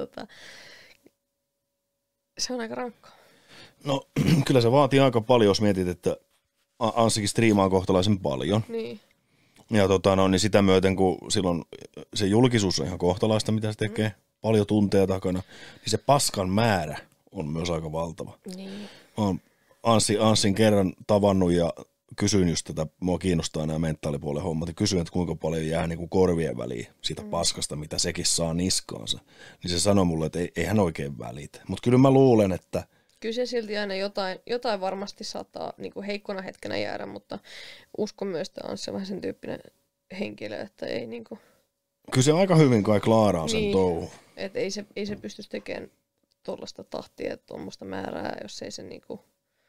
se on aika rankkaa. No kyllä se vaatii aika paljon, jos mietit, että Anssikin striimaa kohtalaisen paljon. Niin. Ja niin sitä myöten, kun silloin se julkisuus on ihan kohtalaista, mitä se tekee, paljon tunteja takana, niin se paskan määrä on myös aika valtava. Niin. Mä oon Anssin kerran tavannut ja kysyin just tätä, mua kiinnostaa nämä mentaalipuolen hommat, ja kysyin, että kuinka paljon jää niin kuin korvien väliin siitä paskasta, mitä sekin saa niskaansa. Niin se sanoi mulle, että ei hän oikein välitä. Mutta kyllä mä luulen, että... Kyllä se silti aina jotain varmasti saattaa niin kuin heikkona hetkenä jäädä, mutta uskon myös, että on se vähän sen tyyppinen henkilö, että ei niin kuin... Kyllä se aika hyvin kai klaaraa sen niin. touhu. Että ei se pystyisi tekemään tuollaista tahtia, tuommoista määrää, jos ei se niinku,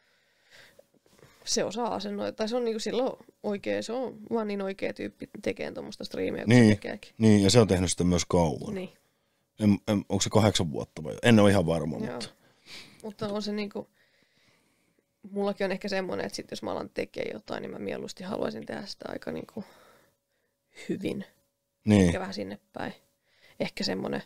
se osaa asennoida. Tai se on niinku silloin oikea, se on vaan niin oikea tyyppi tekemään tuommoista striimiä, kun se tekeekin. Niin, ja se on tehnyt sitä myös kauan. Niin. Onko se 8 vuotta vai? En ole ihan varma, mutta on se niinku, mullakin on ehkä semmoinen, että sit jos mä alan tekemään jotain, niin mä mieluusti haluaisin tehdä sitä aika niinku hyvin. Niin. Ehkä vähän sinne päin. Ehkä semmoinen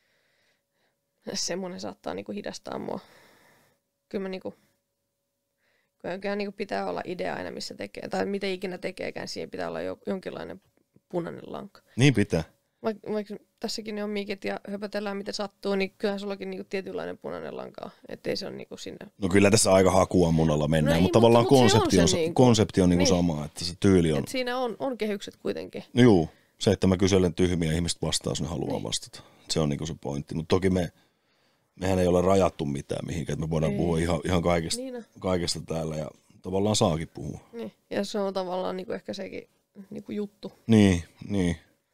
saattaa niinku hidastaa mua. Kyllä mä niinku, kyllä niinku pitää olla idea aina, missä tekee. Tai mitä ikinä tekeekään, siihen pitää olla jonkinlainen punainen lanka. Niin pitää. Vaikka tässäkin on mikit ja höpötellään mitä sattuu, niin kyllähän sullakin niinku tietynlainen punainen lanka on. Ettei se on niinku sinne. No kyllä tässä aika hakua munalla mennään, no mutta tavallaan konsepti on niin. sama, että se tyyli on. Et siinä on kehykset kuitenkin. No juu, se, että mä kyselen tyhmiä ihmiset vastaa, jos ne haluaa vastata. Se on niinku se pointti, mutta toki mehän ei ole rajattu mitään mihinkään, että me voidaan puhua ihan kaikesta täällä ja tavallaan saakin puhua. Niin, ja se on tavallaan niinku ehkä sekin niinku juttu. Niin.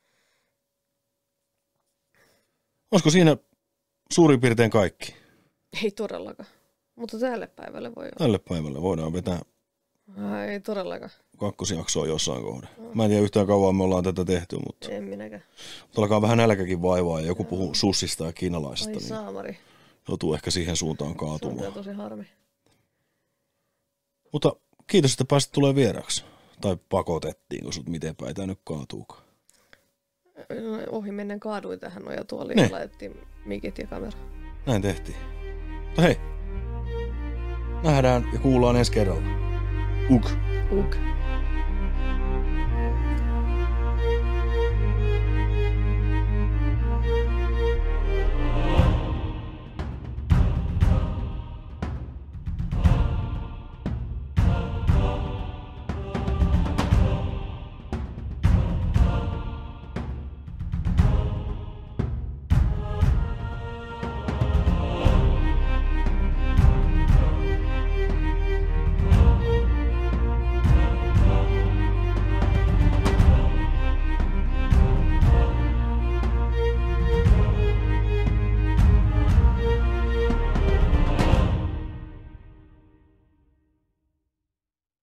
Olisiko siinä suurin piirtein kaikki? Ei todellakaan, mutta tälle päivälle voi olla. Tälle päivälle voidaan vetää. Ei todellakaan. Kakkosjaksoa jossain kohdassa. Mä en tiedä yhtään kauan me ollaan tätä tehty, mutta en minäkään. Mutta alkaa vähän nälkäkin vaivaa ja joku puhuu sussista ja kiinalaisesta. Ai saamari. Niin joutuu ehkä siihen suuntaan kaatumaan. Se on tosi harmi. Mutta kiitos, että pääsit tulemaan vieraksi. Tai pakotettiinko sut miten päin tää nyt kaatuukaan? Ohi mennään kaaduin tähän nojatuoliin ja laitettiin mikit ja kamera. Näin tehtiin. Mutta hei, nähdään ja kuullaan ensi kerralla. Uk.